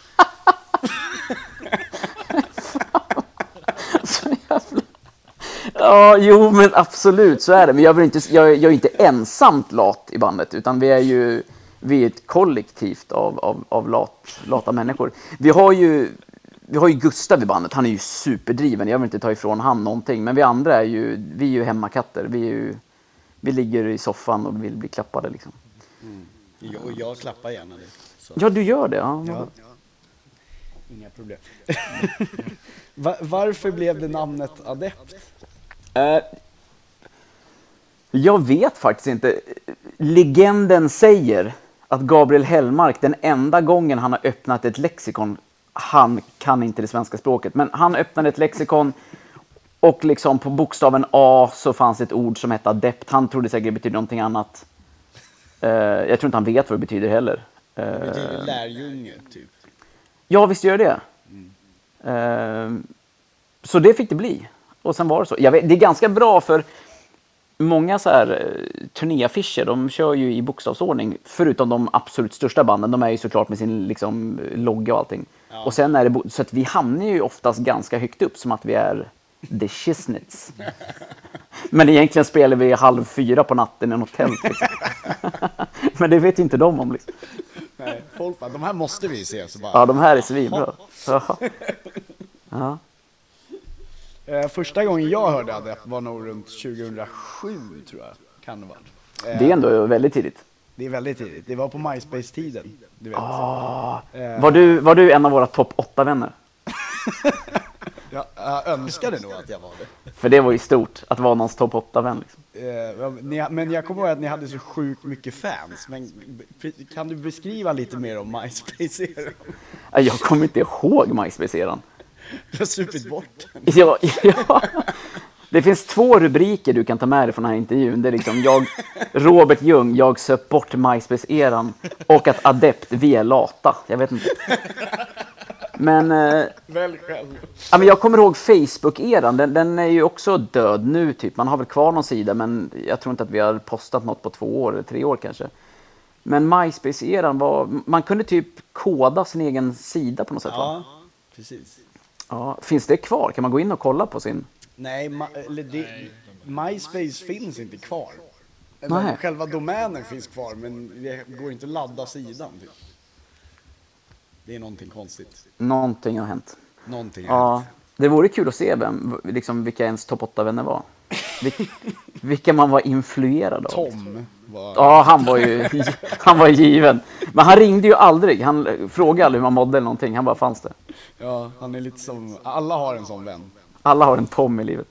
Så jävla... Ja, jo men absolut så är det. Men jag, vill inte, jag, jag är inte ensamt lat i bandet, utan vi är ju... Vi är ett kollektivt av, av, av lat, lata människor. Vi har ju vi har ju Gustav i bandet. Han är ju superdriven. Jag vill inte ta ifrån han någonting. Men vi andra är ju, vi är ju hemmakatter. Vi, är ju, vi ligger i soffan och vill bli klappade liksom. Mm. Jag, och jag klappar gärna det. Så. Ja, du gör det. Ja. Ja. Inga problem. Var, varför blev det namnet Adept? Uh, jag vet faktiskt inte. Legenden säger att Gabriel Hellmark, den enda gången han har öppnat ett lexikon, han kan inte det svenska språket, men han öppnade ett lexikon och liksom på bokstaven A så fanns ett ord som hette adept. Han trodde säkert det betydde någonting annat. Uh, jag tror inte han vet vad det betyder heller. Uh, det betyder lärjunge, typ. Ja, visst gör det. Mm. Uh, så det fick det bli. Och sen var det så. Jag vet, det är ganska bra för många så här turnéaffischer, de kör ju i bokstavsordning, förutom de absolut största banden. De är ju såklart med sin liksom logga och allting. Ja. Och sen är det så att vi hamnar ju oftast ganska högt upp, som att vi är The Shiznits. Men egentligen spelar vi halv fyra på natten i en hotell. Liksom. Men det vet inte de om liksom. Nej, folk bara, de här måste vi se. Så bara, ja, de här är svinbra. Ja. Ja. Första gången jag hörde Adept var nog runt tjugohundrasju, tror jag. Kan det vara. Det är ändå väldigt tidigt. Det är väldigt tidigt. Det var på MySpace-tiden, du vet. Oh. Var, du, var du en av våra topp åtta vänner? Ja, jag önskade nog att jag var det. För det var ju stort, att vara någons topp åtta-vän. Liksom. Eh, ni, men jag kommer ihåg att ni hade så sjukt mycket fans. Men kan du beskriva lite mer om MySpace-eran? Jag kommer inte ihåg MySpace-eran. Du har supit bort den. Ja, ja. Det finns två rubriker du kan ta med dig från den här intervjun. Det är liksom jag, Robert Ljung, jag söp bort MySpace-eran. Och att Adept, vi är lata. Jag vet inte. Men, eh, Väl själv. ja, men jag kommer ihåg Facebook-eran. Den, den är ju också död nu typ. Man har väl kvar någon sida, men jag tror inte att vi har postat något på två år eller tre år kanske. Men MySpace-eran var, man kunde typ koda sin egen sida på något sätt. Va? Ja, precis. Ja, finns det kvar? Kan man gå in och kolla på sin? Nej, ma- eller det, MySpace finns inte kvar. Nej. Eller, själva domänen finns kvar, men det går inte att ladda sidan. Typ. Det är någonting konstigt. Någonting har hänt. Någonting har Ja, hänt. det vore kul att se vem, liksom, vilka ens topp åtta-vänner var. Vil, vilka man var influerad av. Tom var... Ja, han var ju han var given. Men han ringde ju aldrig. Han frågade aldrig hur man mådde eller någonting. Han bara fanns det. Ja, han är lite som... Alla har en sån vän. Alla har en Tom i livet.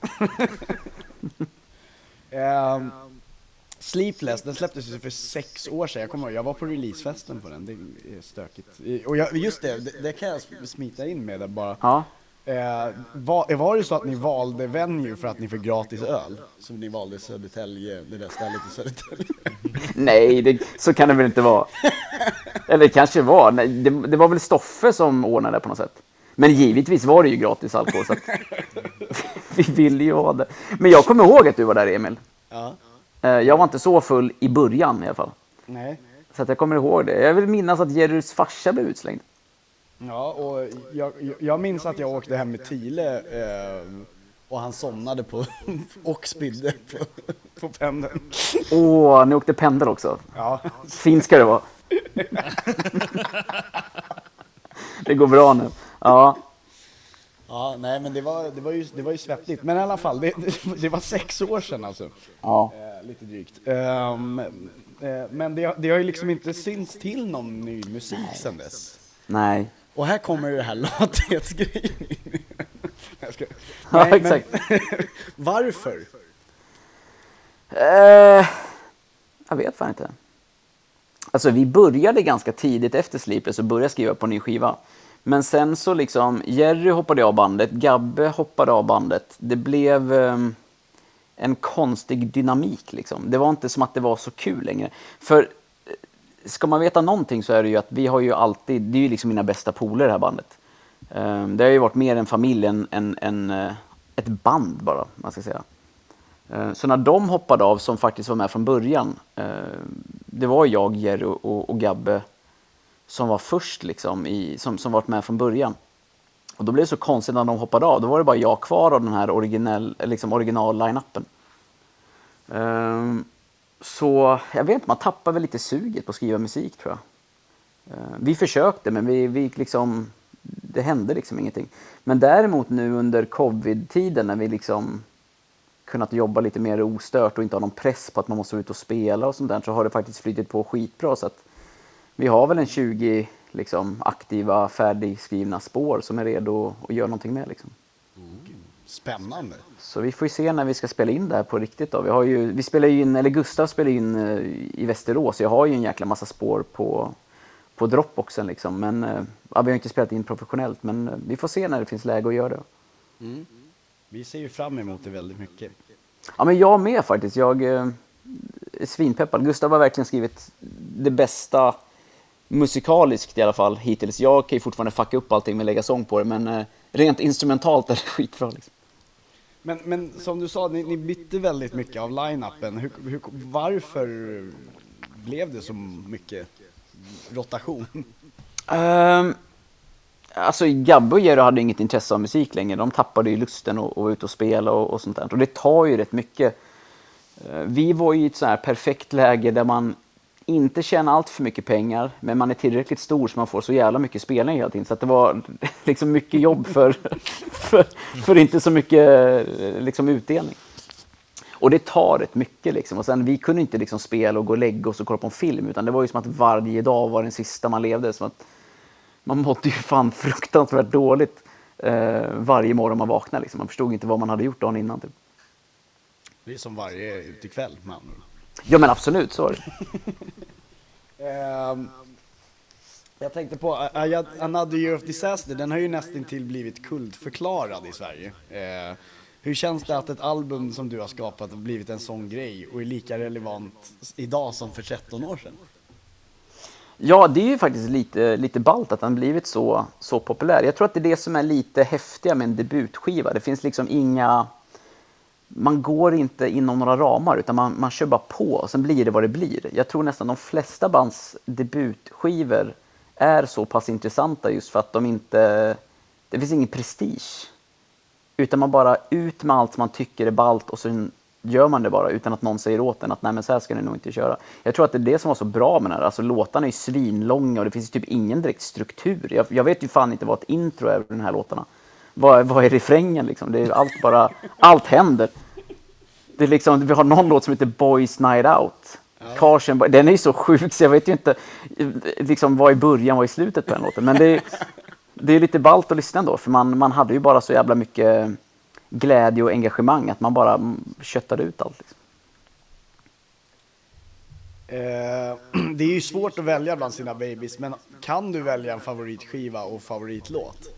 Um, Sleepless, den släpptes ju för sex år sedan. Jag kommer ihåg, jag var på releasefesten på den. Det är stökigt. Och jag, just det, det, det kan jag smita in med där bara. Ja. Eh, var, var det så att ni valde venue för att ni fick gratis öl? Så ni valde Södertälje, det där stället i Södertälje? Nej, det, så kan det väl inte vara. Eller det kanske var. Nej, det, det var väl Stoffe som ordnade det på något sätt. Men givetvis var det ju gratis alkohol. Så att vi ville ju ha det. Men jag kommer ihåg att du var där, Emil. Ja. Eh, jag var inte så full i början i alla fall. Nej. Så att jag kommer ihåg det. Jag vill minnas att Jerrys farsa blev utslängd. Ja, och jag, jag, jag minns att jag åkte hem med Tile eh, och han somnade på och spydde på, på pendeln. Åh, ni åkte pendel också. Ja. Fint ska det vara. Det går bra nu. Ja. Ja, nej men det var, det var ju, det var ju svettigt. Men i alla fall, det, det, det var sex år sedan alltså. Ja. Eh, lite drygt. Um, eh, men det, det har ju liksom inte synts till någon ny musik sedan dess. Nej. Och här kommer det här lathetsgrejen in. Jag ska... Ja, Nej, men- exakt. Varför? Eh, jag vet fan inte. Alltså vi började ganska tidigt efter Sleepless och började skriva på en ny skiva. Men sen så liksom, Jerry hoppade av bandet, Gabbe hoppade av bandet. Det blev um, en konstig dynamik liksom. Det var inte som att det var så kul längre. För ska man veta någonting så är det ju att vi har ju alltid, det är ju liksom mina bästa polare det här bandet. Um, det har ju varit mer en familj än, än, än uh, ett band bara, man ska säga. Uh, så när de hoppade av som faktiskt var med från början, uh, det var jag, Jerry och, och, och Gabbe som var först liksom, i, som, som varit med från början. Och då blev det så konstigt när de hoppade av. Då var det bara jag kvar av den här original, liksom original-line-upen. Um, så jag vet inte, man tappar väl lite suget på att skriva musik tror jag. Uh, vi försökte men vi, vi liksom, det hände liksom ingenting. Men däremot nu under covid-tiden när vi liksom kunnat jobba lite mer ostört och inte ha någon press på att man måste ut och spela och sånt där, så har det faktiskt flyttat på skitbra. Så att vi har väl en tjugo liksom, aktiva, färdigskrivna spår som är redo att göra någonting med. Liksom. Spännande. Så vi får ju se när vi ska spela in det här på riktigt. Då. Vi, har ju, vi spelar ju in, eller Gustav spelar in uh, i Västerås. Jag har ju en jäkla massa spår på, på Dropboxen. Liksom. Men, uh, ja, vi har inte spelat in professionellt, men uh, vi får se när det finns läge att göra det. Mm. Vi ser ju fram emot det väldigt mycket. Ja, men jag med faktiskt. Jag uh, är svinpeppad. Gustav har verkligen skrivit det bästa musikaliskt i alla fall hittills. Jag kan ju fortfarande fucka upp allting med att lägga sång på det, men uh, rent instrumentalt är det skitbra. Liksom. Men, men som du sa, ni, ni bytte väldigt mycket av line-upen. Hur, hur, varför blev det så mycket rotation? Um, alltså Gabbe och Jerry hade inget intresse av musik längre. De tappade ju lusten att vara ute och spela och, och sånt där. Och det tar ju rätt mycket. Uh, vi var ju i ett så här perfekt läge där man inte tjänar allt för mycket pengar, men man är tillräckligt stor så man får så jävla mycket spelning hela tiden. Så att det var liksom mycket jobb för, för, för inte så mycket liksom, utdelning. Och det tar rätt mycket liksom. Och sen vi kunde inte liksom spela och gå och lägga oss och kolla på en film, utan det var ju som att varje dag var den sista man levde. Som att man mådde ju fan fruktansvärt dåligt. eh, varje morgon man vaknade. Liksom. Man förstod inte vad man hade gjort dagen innan. Typ. Det är som varje utekväll, man. Ja men absolut, så är det. Ehm, jag tänkte på uh, Another Year of Disaster, den har ju nästan till blivit kultförklarad i Sverige. Uh, hur känns det att ett album som du har skapat har blivit en sån grej och är lika relevant idag som för tretton år sedan? Ja, det är ju faktiskt lite, lite ballt att den blivit så, så populär. Jag tror att det är det som är lite häftiga med en debutskiva. Det finns liksom inga... Man går inte inom några ramar utan man, man kör bara på och sen blir det vad det blir. Jag tror nästan de flesta bands debutskivor är så pass intressanta just för att de inte... Det finns ingen prestige. Utan man bara ut med allt som man tycker är ballt och sen gör man det bara utan att någon säger åt en att nej men så här ska ni nog inte köra. Jag tror att det är det som var så bra med den här. Alltså låtarna är ju svinlånga och det finns typ ingen direkt struktur. Jag, jag vet ju fan inte vad ett intro är i den här låtarna. Vad, vad är refrängen liksom? Det är allt bara, allt händer. Det är liksom, vi har någon låt som heter Boys Night Out. Carson, den är ju så sjuk så jag vet ju inte liksom vad i början, vad i slutet på den låten. Men det är, det är lite ballt att lyssna då, för man, man hade ju bara så jävla mycket glädje och engagemang att man bara köttade ut allt. Liksom. Eh, det är ju svårt att välja bland sina babies, men kan du välja en favoritskiva och favoritlåt?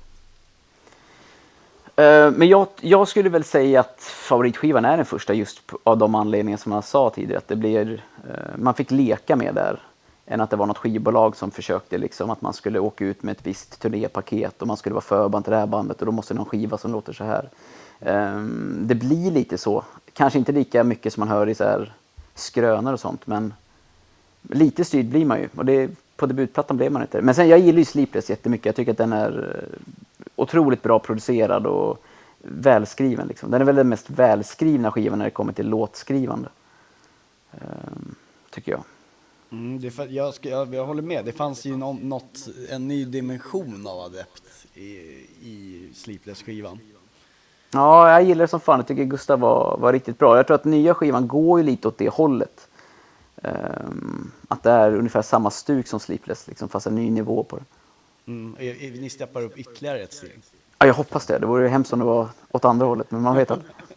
Men jag, jag skulle väl säga att favoritskivan är den första just av de anledningar som jag sa tidigare. Att det blir, man fick leka med där än att det var något skivbolag som försökte liksom att man skulle åka ut med ett visst turnépaket och man skulle vara förband till det här bandet och då måste någon skiva som låter så här. Det blir lite så. Kanske inte lika mycket som man hör i så här skrönor och sånt, men lite styrd blir man ju. Och det, på debutplattan blev man inte. Men sen, jag gillar ju Sleepless jättemycket. Jag tycker att den är otroligt bra producerad och välskriven. Liksom. Den är väl den mest välskrivna skivan när det kommer till låtskrivande. Ehm, tycker jag. Mm, det, jag, ska, jag, jag håller med. Det fanns ju något, något, en ny dimension av adept i, i Sleepless-skivan. Ja, jag gillar det som fan. Jag tycker Gustav var, var riktigt bra. Jag tror att nya skivan går ju lite åt det hållet. Um, att det är ungefär samma stuk som Sleepless, liksom, fast en ny nivå på det. Mm, ni steppar upp ytterligare ett steg. Ja, jag hoppas det. Det vore hemskt om det var åt andra hållet, men man vet att...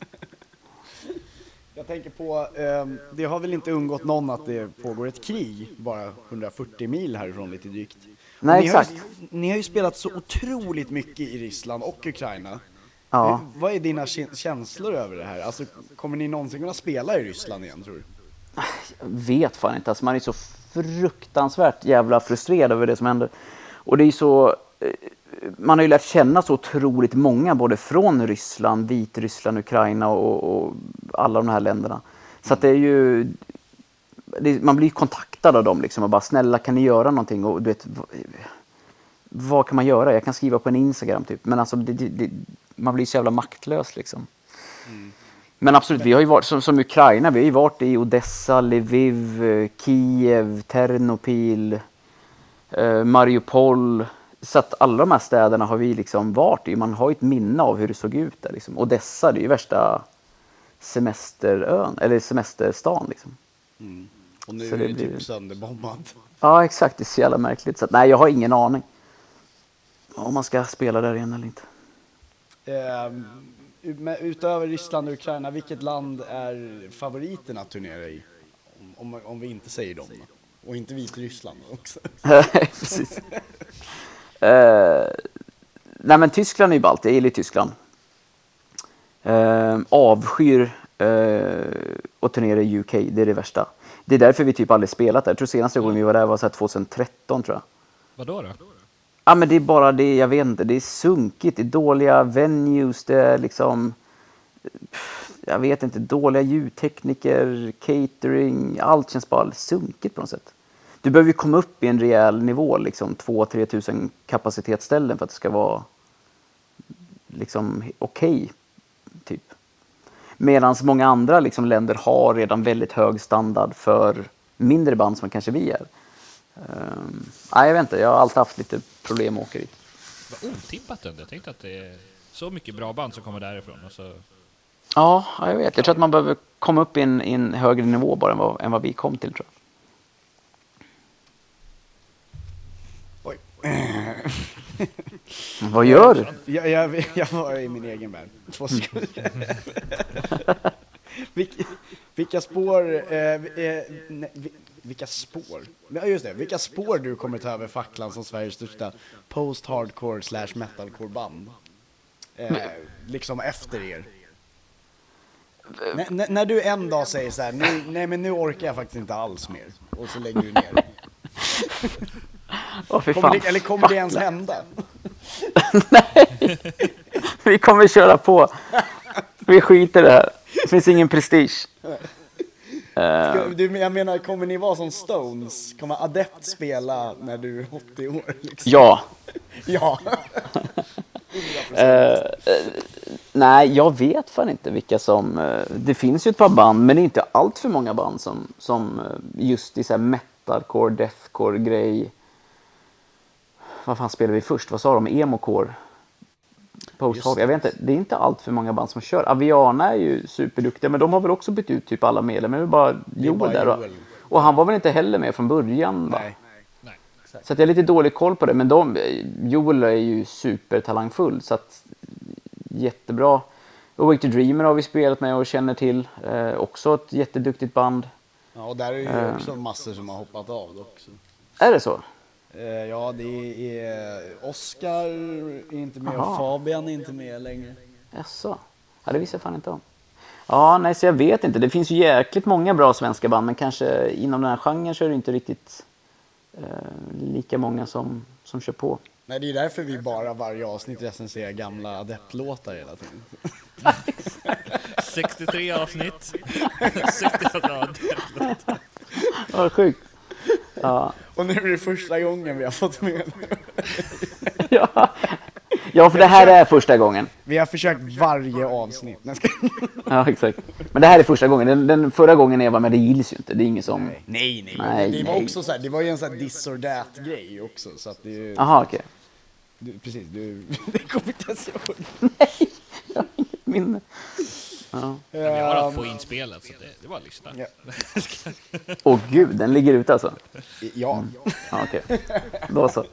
Jag tänker på, um, det har väl inte undgått någon att det pågår ett krig bara hundrafyrtio mil härifrån lite drygt. Nej, ni exakt. Har ju, ni har ju spelat så otroligt mycket i Ryssland och Ukraina. Ja. Vad är dina känslor över det här? Alltså, kommer ni någonsin kunna spela i Ryssland igen, tror du? Jag vet fan inte. Alltså, man är så fruktansvärt jävla frustrerad över det som händer. Och det är så... Man har ju lärt känna så otroligt många, både från Ryssland, Vitryssland, Ukraina och, och alla de här länderna. Så att det är ju... Det, man blir kontaktad av dem liksom och bara, snälla kan ni göra någonting? Och du vet... Vad kan man göra? Jag kan skriva på en Instagram typ. Men alltså, det, det, man blir så jävla maktlös liksom. Mm. Men absolut, vi har ju varit som, som Ukraina, vi har ju varit i Odessa, Lviv, Kiev, Ternopil, eh, Mariupol. Så att alla de här städerna har vi liksom varit i. Man har ju ett minne av hur det såg ut där liksom. Odessa, det är ju värsta semesterön, eller semesterstan liksom. Mm. Och nu så är det det blir... typ sönderbombad. Ja, exakt. Det är så jävla märkligt. Så att, nej, jag har ingen aning om man ska spela där igen eller inte. Eh, utöver Ryssland och Ukraina, vilket land är favoriten att turnera i? Om, om, om vi inte säger dem då. Och inte Vitryssland också. Precis. eh, nej men Tyskland är ju ballt. Jag gillar Tyskland. Eh, avskyr eh, att turnera i U K. Det är det värsta. Det är därför vi typ aldrig spelat där. Jag tror senaste gången vi var där var så här tjugohundratretton tror jag. Vadå då? Ja men det är bara det, jag vet inte, det är sunkigt, det är dåliga venues, det är liksom, jag vet inte, dåliga ljudtekniker, catering, allt känns bara sunkigt på något sätt. Du behöver ju komma upp i en rejäl nivå, liksom två till tre tusen kapacitetsställen för att det ska vara liksom okej, okay, typ. Medan många andra liksom länder har redan väldigt hög standard för mindre band som kanske vi är. Um, nej, jag vet inte, jag har alltid haft lite problem att åka dit. Vad otippat ändå. Jag tänkte att det är så mycket bra band som kommer därifrån. Och så... Ja, jag vet. Jag tror att man behöver komma upp i en, i en högre nivå bara än vad, än vad vi kom till, tror jag. Oj. Vad gör du? Jag, jag, jag var i min egen värld. Två sekunder. vilka, vilka spår... Eh, eh, nej, vilka spår? Ja, just det. Vilka spår du kommer ta över facklan som Sveriges största post-hardcore slash metalcore band? Eh, liksom efter er. N- n- när du en dag säger så här, nu, nej men nu orkar jag faktiskt inte alls mer. Och så lägger du ner. Åh, fy Kommer fan. det, eller kommer det ens hända? Nej, vi kommer köra på. Vi skiter i det här. Det finns ingen prestige. Ska, du, jag menar, kommer ni vara som Stones? Kommer Adept spela när du är åttio år? Liksom? Ja. Ja. Eh, nej, jag vet fan inte vilka som... eh, det finns ju ett par band, men det är inte allt för många band som, som eh, just i så här metalcore, deathcore-grej. Vad fan spelar vi först? Vad sa de? Emocore? Post-hardcore? Jag vet inte. Det är inte allt för många band som kör. Aviana är ju superduktiga, men de har väl också bytt ut typ alla medlemmar. Det är bara Joel bara där. Och, Joel. och han var väl inte heller med från början, va? Nej. Så att jag har lite dålig koll på det, men de, Joel är ju supertalangfull, så att jättebra. Awake to Dreamer har vi spelat med och känner till, eh, också ett jätteduktigt band. Ja, och där är ju Eh. också massor som har hoppat av också. Är det så? Eh, ja, det är Oscar är inte med Aha. och Fabian är inte med längre. Jaså? Ja, det visste jag fan inte om. Ja, nej, så jag vet inte. Det finns ju jäkligt många bra svenska band, men kanske inom den här genren så är det inte riktigt eh, lika många som, som kör på. Nej, det är därför vi bara varje avsnitt recenserar gamla Adept-låtar hela tiden. sextiotre avsnitt. sextio rad. Vad sjukt. Ja. Och nu är det första gången vi har fått med. Ja. Ja, för det här är första gången. Vi har försökt varje avsnitt. Nej, ska... Ja, exakt. Men det här är första gången. Den, den förra gången jag var med, det gills ju inte. Det är ingen som... nej, nej. Nej, det, det var nej. också så här, det var ju en sån här this or that grej också, så att det är ju... Jaha, okej. Du, precis, du... det kommer inte ens ihåg. Nej, jag har inget minne. Ja. Vi har haft på inspelat, så det, det var att lyssna. Ja. Åh gud, den ligger ute alltså. Ja. Ja, okej. Då så.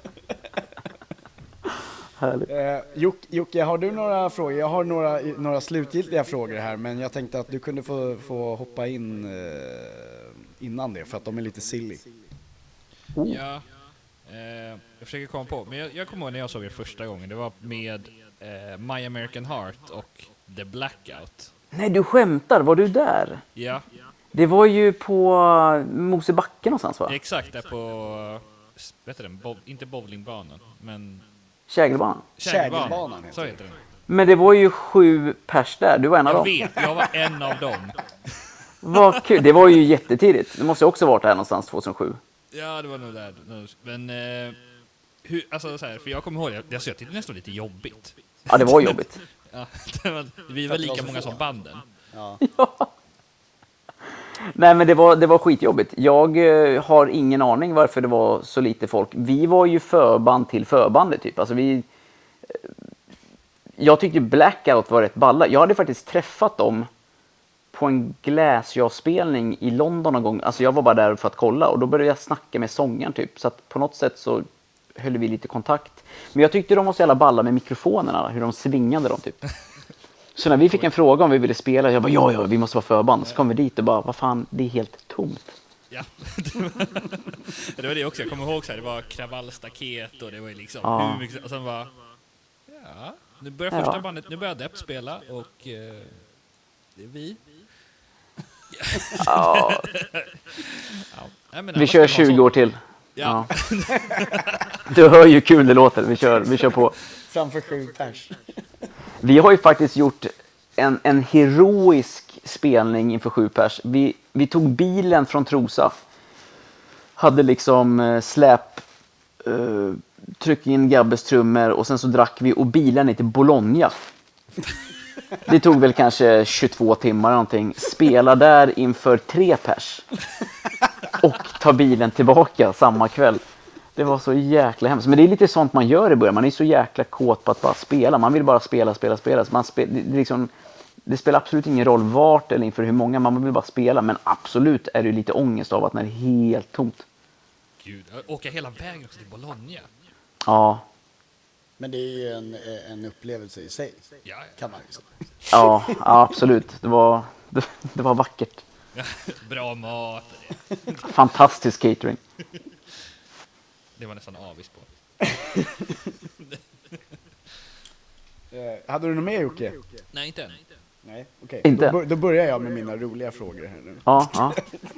Härligt. Eh, Jok- Jocke, har du några frågor? Jag har några, några slutgiltiga frågor här, men jag tänkte att du kunde få, få hoppa in eh, innan det, för att de är lite silly. Ja, eh, jag försöker komma på. Men jag, jag kommer ihåg när jag såg er första gången. Det var med eh, My American Heart och The Blackout. Nej, du skämtar. Var du där? Ja, Det var ju på Mosebacke någonstans, va? exakt där på, vet du den, Bo- inte bowlingbanan, men Kägelbanan. Kägelbanan heter så det. heter den. Men det var ju sju pers där. Du var en av Jag dem. vet, jag var en av dem. Vad kul. Det var ju jättetidigt. Det måste ju också varit här någonstans tjugohundrasju. Ja, det var nog där. Men, eh, hur, alltså så här, för jag kommer ihåg, jag, jag tyckte det nästan lite jobbigt. Ja, det var jobbigt. Ja, det var, vi var lika många som banden. Ja. Ja. Nej, men det var, det var skitjobbigt. Jag eh, har ingen aning varför det var så lite folk. Vi var ju förband till förbandet typ. Alltså vi... eh, Jag tyckte Blackout var rätt balla. Jag hade faktiskt träffat dem på en Glassjaw-spelning i London någon gång. Alltså jag var bara där för att kolla och då började jag snacka med sångaren typ. Så att på något sätt så höll vi lite kontakt. Men jag tyckte de var så jävla balla med mikrofonerna, hur de svingade dem typ. Så när vi fick en fråga om vi ville spela, jag bara ja, ja, vi måste vara förband. Så kom vi dit och bara, vad fan, det är helt tomt. Ja, det var det, var det också. Jag kommer ihåg så här, det var kravallstaket och det var ju liksom Ja. hur mycket, och sen var ja, nu börjar Ja. första bandet, nu börjar Adept spela och eh, det är vi. Ja, Ja. Nej, men vi annars kör kan man tjugo så- år till. Ja. Du hör ju hur kul det låter, vi kör, vi kör på. Framför sju pers. Vi har ju faktiskt gjort en, en heroisk spelning inför sju pers. Vi, vi tog bilen från Trosa. Hade liksom eh, släp, eh, tryck in Gabbes trummor och sen så drack vi och bilen ner till Bologna. Det tog väl kanske tjugotvå timmar någonting. Spela där inför tre pers. Och ta bilen tillbaka samma kväll. Det var så jäkla hemskt. Men det är lite sånt man gör i början. Man är så jäkla kåt på att bara spela. Man vill bara spela, spela, spela. Så man spe, det, det, liksom, det spelar absolut ingen roll vart eller inför hur många. Man vill bara spela. Men absolut är det lite ångest av att när det är helt tomt. Gud, åka hela vägen också till Bologna. Ja. Men det är ju en, en upplevelse i sig, Ja, kan man ju säga. Ja, ja, absolut. Det var, det, det var vackert. ja. Bra mat. Fantastisk catering. Det var nästan avis på. Eh, hade du något mer, Jocke? Nej, inte än. Nej, okej. Inte. Då, bör- då börjar jag med mina roliga frågor här nu. Ja, ja.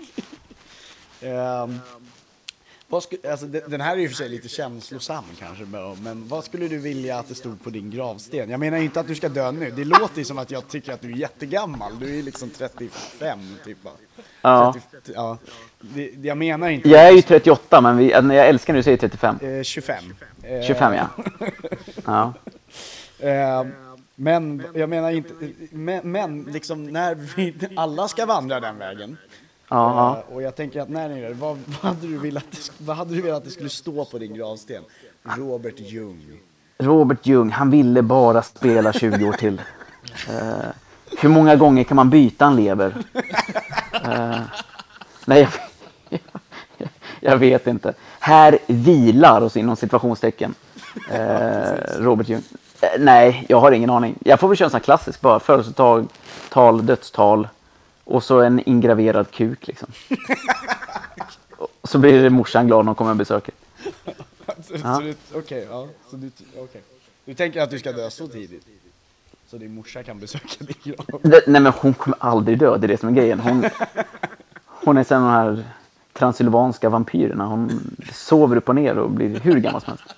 Ehm, vad sku, alltså, de- den här är ju för sig lite känslosam kanske, men- men vad skulle du vilja att det stod på din gravsten? Jag menar inte att du ska dö nu, det låter ju som att jag tycker att du är jättegammal, du är liksom trettiofem typ va? Ja. trettio, ja. Det, det- jag menar inte... Jag är ju trettioåtta, men vi, jag älskar när du säger trettiofem. Eh, tjugofem. Eh, tjugofem, ja. Ja. Eh, men jag menar inte, men, men liksom när vi alla ska vandra den vägen. Ja, ja. Eh, och jag tänker att när ni gör det, vad, vad hade du velat, att det- vad hade du velat att det skulle stå på din gravsten? Robert Ljung. Robert Ljung, han ville bara spela tjugo år till. Eh, hur många gånger kan man byta en lever? Eh, nej, jag, jag vet inte. Här vilar oss inom situationstecken. Eh, Robert Ljung. Eh, nej, jag har ingen aning. Jag får väl köra en sån här klassisk bara. Födelsedag, tal, dödstal. Och så en ingraverad kuk liksom. Och så blir det morsan glad när hon kommer och besöker. Så, Ja. så du, okej, ja. Så du, okej. Du tänker att du ska dö så tidigt? Så din morsa kan besöka din grav? Det, nej men hon kommer aldrig dö, det är det som är grejen. Hon, hon är som de här transylvanska vampyrerna. Hon sover upp och ner och blir hur gammal som helst.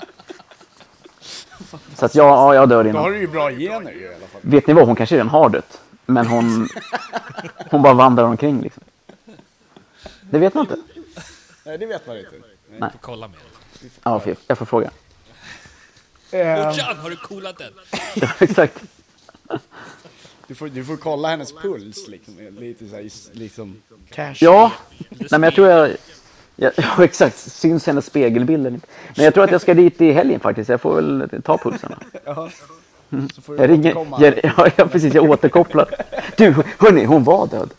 Så att ja, ja, jag dör Då har innan. du ju bra gener ju i alla fall. Vet ni vad, hon kanske redan har dött. Men hon, hon bara vandrar omkring liksom. Det vet man inte. Nej, det vet man inte. Nej. Får kolla med. Ja, fel. Jag får fråga. Eh, Morsan, har du coolat den? Ja, exakt. du, får, du får kolla hennes puls liksom. Lite så här, liksom cash. Ja, nej men jag tror jag... Ja, ja, exakt. Syns hennes spegelbilder. Men jag tror att jag ska dit i helgen faktiskt. Jag får väl ta pulsen. Ja. Så får du Jag ringer... återkomma. Jag, ja, ja, precis. Jag återkopplar. Du, hörni, hon var död.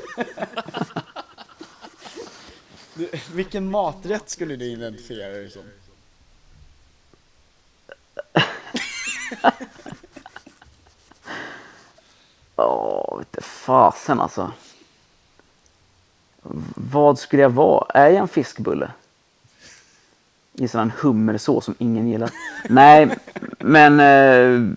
Du, vilken maträtt skulle du identifiera dig som? Åh, vet du, fasen alltså. Vad skulle jag vara? Är jag en fiskbulle? I sån här hummersås som ingen gillar. Nej, men... Eh,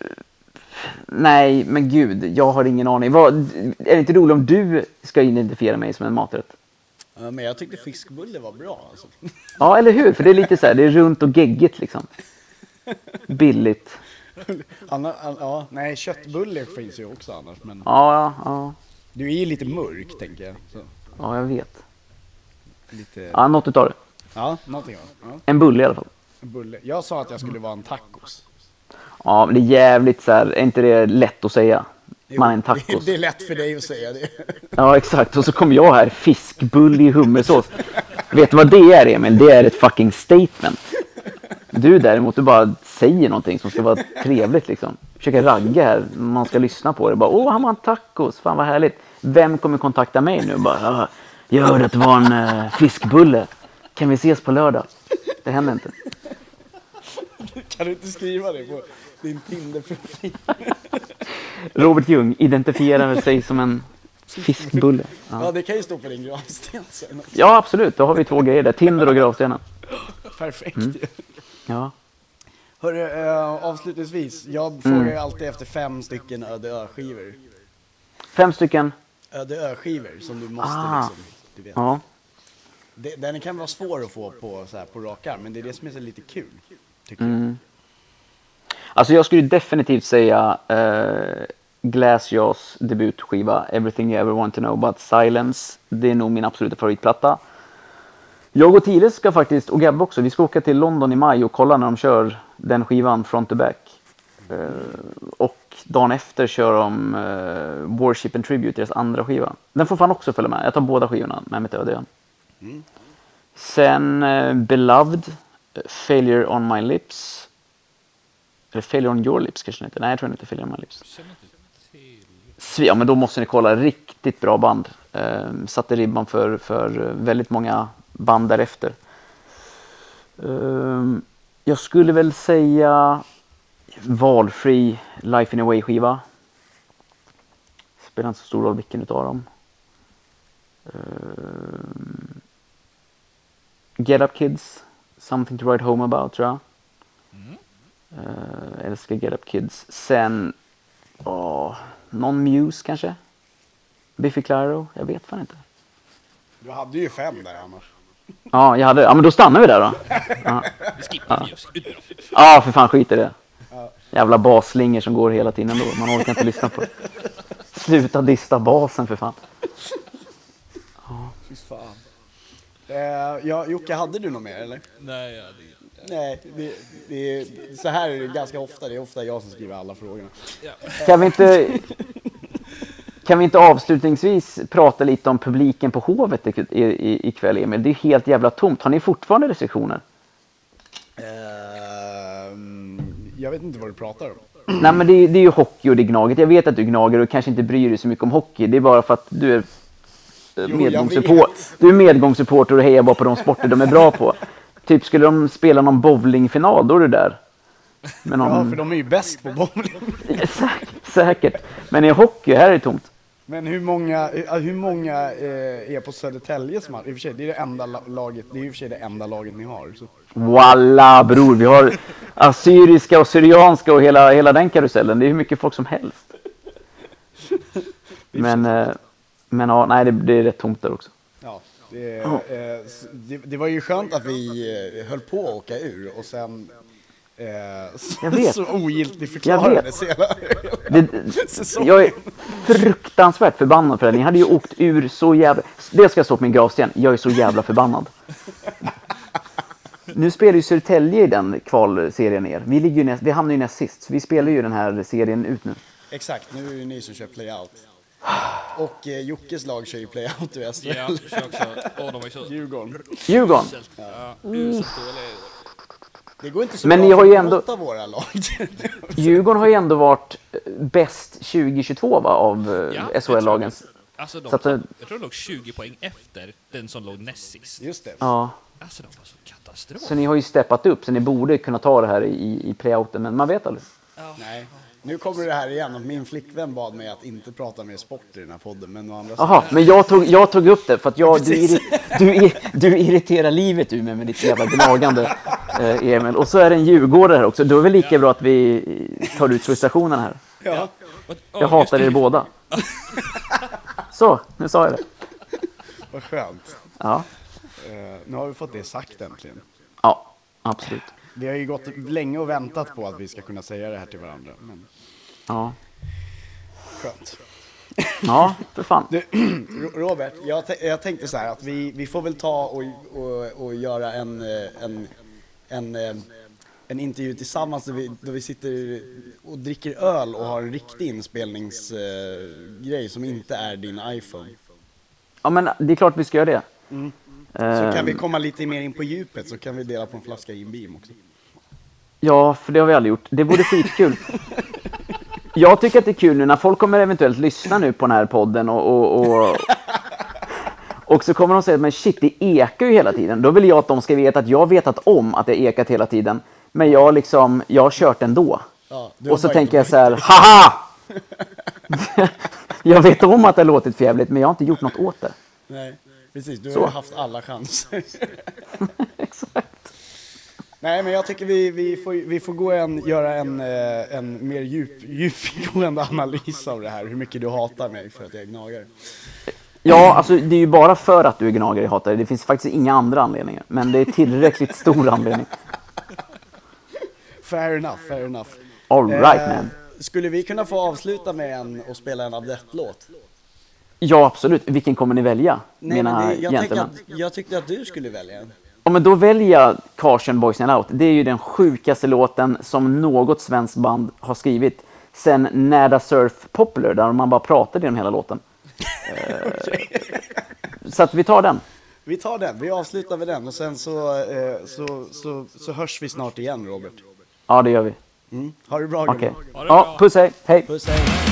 nej, men gud, jag har ingen aning. Vad, är det inte roligt om du ska identifiera mig som en maträtt? Ja, men jag tyckte fiskbulle var bra alltså. Ja, eller hur? För det är lite så här, det är runt och geggigt liksom. Billigt. Anna, an, ja, nej, köttbulle finns ju också annars, men Ja, ja, ja. du är ju lite mörk, tänker jag. Så, Ja, jag vet. lite, Ja, något utav det. ja, någonting va? Ja, En bulle i alla fall. en bulle. Jag sa att jag skulle vara en tacos. Ja, men det är jävligt så här, är inte det lätt att säga? Man är en det, tacos. det är lätt för dig att säga det. Ja, exakt. Och så kommer jag här, fiskbulle i hummersås. Vet du vad det är, Emil? Det är ett fucking statement. Du däremot, du bara säger någonting som ska vara trevligt liksom. Försöker ragga här, man ska lyssna på det. Bara, åh, han var en tacos, fan vad härligt. Vem kommer kontakta mig nu? Bara, ja, jag hörde att det var en uh, fiskbulle. Kan vi ses på lördag? Det händer inte. Kan du inte skriva det på din Tinder-profil? Robert Ljung identifierar sig som en fiskbulle. Ja. Ja. det kan ju stå på din gravsten sen. Ja, absolut. Då har vi två grejer där. Tinder och gravstenen. Perfekt. Ja. Hörru, eh, avslutningsvis. Jag frågar ju alltid efter fem stycken Öde Ö-skivor. Fem stycken. Öde Ö-skivor som du måste Ah. liksom, du vet. Ja. Det, den kan vara svår att få på, så här, på rak arm, men det är det som är så lite kul, tycker Mm. Alltså jag skulle definitivt säga uh, Glassjaws debutskiva Everything You Ever Want To Know About Silence. Det är nog min absoluta favoritplatta. Jag och Thiele ska faktiskt, och Gabbe också, vi ska åka till London i maj och kolla när de kör den skivan front to back. Uh, och dagen efter kör de uh, Worship and Tribute, deras andra skiva. Den får fan också följa med. Jag tar båda skivorna med mitt öde. Mm. Sen uh, Beloved, uh, Failure On My Lips. Eller Failure On Your Lips kanske inte. Nej, jag tror inte Failure On My Lips. Svi- Ja, men då måste ni kolla. Riktigt bra band. Uh, satte ribban för, för väldigt många band därefter. Uh, Jag skulle väl säga valfri Life in a Way-skiva. Spelar inte så stor roll vilken utav dem. Uh, Get Up Kids, Something to Write Home About, tror jag. Mm. Uh, älskar Get Up Kids. Sen, åh, någon Muse kanske? Biffy Clyro, jag vet fan inte. Du hade ju fem där annars. Ja, jag hade, ja men då stannar vi där då. Ja, Vi skippar Muse. Ut med dem. ja för fan skit i det. Jävla basslingor som går hela tiden då. Man orkar inte lyssna på det. Sluta dista basen för fan. Fy fan. Eh, ja, Jocke, hade du något mer eller? Nej, ja, det... Nej, det, det är, så här är det ganska ofta. Det är ofta jag som skriver alla frågorna. Kan vi inte... Kan vi inte avslutningsvis prata lite om publiken på Hovet i, i, ikväll, Emil? Det är helt jävla tomt. Har ni fortfarande restriktioner? Eh, jag vet inte vad du pratar om. Nej, men det är, det är ju hockey och det är Gnaget. Jag vet att du gnager och kanske inte bryr dig så mycket om hockey. Det är bara för att du är medgångsupport. Du är medgångssupporter och hejar bara på de sporter de är bra på. Typ skulle de spela någon bowlingfinal, då är du där. Men om... Ja, för de är ju bäst på bowling. säkert, säkert. Men i hockey, här är det tomt. Men hur många, hur många eh, är på Södertälje som har? I och för sig, det är det enda laget, det är i och för sig det enda laget ni har. Så. Walla bror, vi har assyriska och syrianska och hela, hela den karusellen. Det är hur mycket folk som helst. Men, eh, men ja, nej, det, det är rätt tomt där också. Ja, det, eh, det, det var ju skönt att vi eh, höll på att åka ur och sen eh, Jag vet. så ogiltigt Jag förklarades vet. hela Det, säsongen. jag är fruktansvärt förbannad för det. Ni hade ju åkt ur så jävla... Det ska stå på min gravsten. Jag är så jävla förbannad. Nu spelar ju Södertälje i den kvalserien ner. Vi, ligger ju näst, vi hamnar ju näst sist. Vi spelar ju den här serien ut nu. Exakt, nu är det ni som kör playout. Och eh, Jockes lag kör ju playout i S H L. Ja, jag kör också. Åh, de var ju så... Djurgården. Djurgården. Ja, uselt dåliga. Det går inte så Men bra ni har för ju ändå- något av våra lag. Djurgården har ju ändå varit bäst tjugo tjugotvå va, av eh, Ja, S H L-lagens. Alltså, de, Så att det- jag tror de låg tjugo poäng efter den som låg näst sist. Just det. Ja, Alltså, de var så katastrof. så ni har ju steppat upp så ni borde kunna ta det här i, i playouten, men man vet aldrig. Nej. Nu kommer det här igen och min flickvän bad mig att inte prata mer sport i den här podden, men å andra Jaha, men jag tog, jag tog upp det för att jag, du, Precis. irri- du, ir- du irriterar livet ur mig med ditt jävla gnagande, eh, Emil. Och så är det en djurgårdare här också. Då är det lika bra att vi tar ut frustrationen här. Ja. Jag hatar er båda. Så, nu sa jag det. Vad skönt. Ja, Eh, nu har vi fått det sagt äntligen. ja absolut. Vi har ju gått länge och väntat på att vi ska kunna säga det här till varandra. Men Ja, skönt. ja för fan. Du, Robert, jag, t- jag tänkte så här att vi, vi får väl ta och, och, och göra en, eh, en, en, eh, en intervju tillsammans då vi, då vi sitter och dricker öl och har en riktig inspelningsgrej eh, som inte är din iPhone. Ja, men det är klart vi ska göra det. Så Eh, kan vi komma lite mer in på djupet så kan vi dela på en flaska Jim Beam också. Ja, för det har vi aldrig gjort. Det vore skitkul. Jag tycker att det är kul nu när folk kommer eventuellt lyssna nu på den här podden och, och, och, och så kommer de säga men shit, det ekar ju hela tiden. Då vill jag att de ska veta att jag vetat om att det ekat hela tiden. Men jag liksom, jag har kört ändå. Ja, du har Och så bara tänker inte jag så här, haha! Jag vet om att det har låtit för jävligt, men jag har inte gjort något åt det. Nej, precis. Du Så. har ju haft alla chanser. Exakt. Nej, men jag tycker vi, vi, får, vi får gå en, göra en, eh, en mer djup, djupgående analys av det här. Hur mycket du hatar mig för att jag är gnagare. Ja, alltså det är ju bara för att du är gnagare jag hatar det. Det finns faktiskt inga andra anledningar. Men det är tillräckligt stor anledning. Fair enough, fair enough. All right, Eh, man. Skulle vi kunna få avsluta med en och spela en Abdett-låt? Ja, absolut. Vilken kommer ni välja? Nej, mina men det, jag, tänker gentlemen? att, jag tyckte att du skulle välja en. Ja, men då väljer jag Caution Boys Night Out. Det är ju den sjukaste låten som något svenskt band har skrivit sen Nada Surf Popular, där man bara pratade genom hela låten. Eh, Så att vi tar den. Vi tar den, vi avslutar med den och sen så, eh, så, så, så hörs vi snart igen, Robert. Ja, det gör vi. Mm. Ha det bra, Okej. gubben. Ha det Ja, bra. puss hej. Hej. Puss, hej.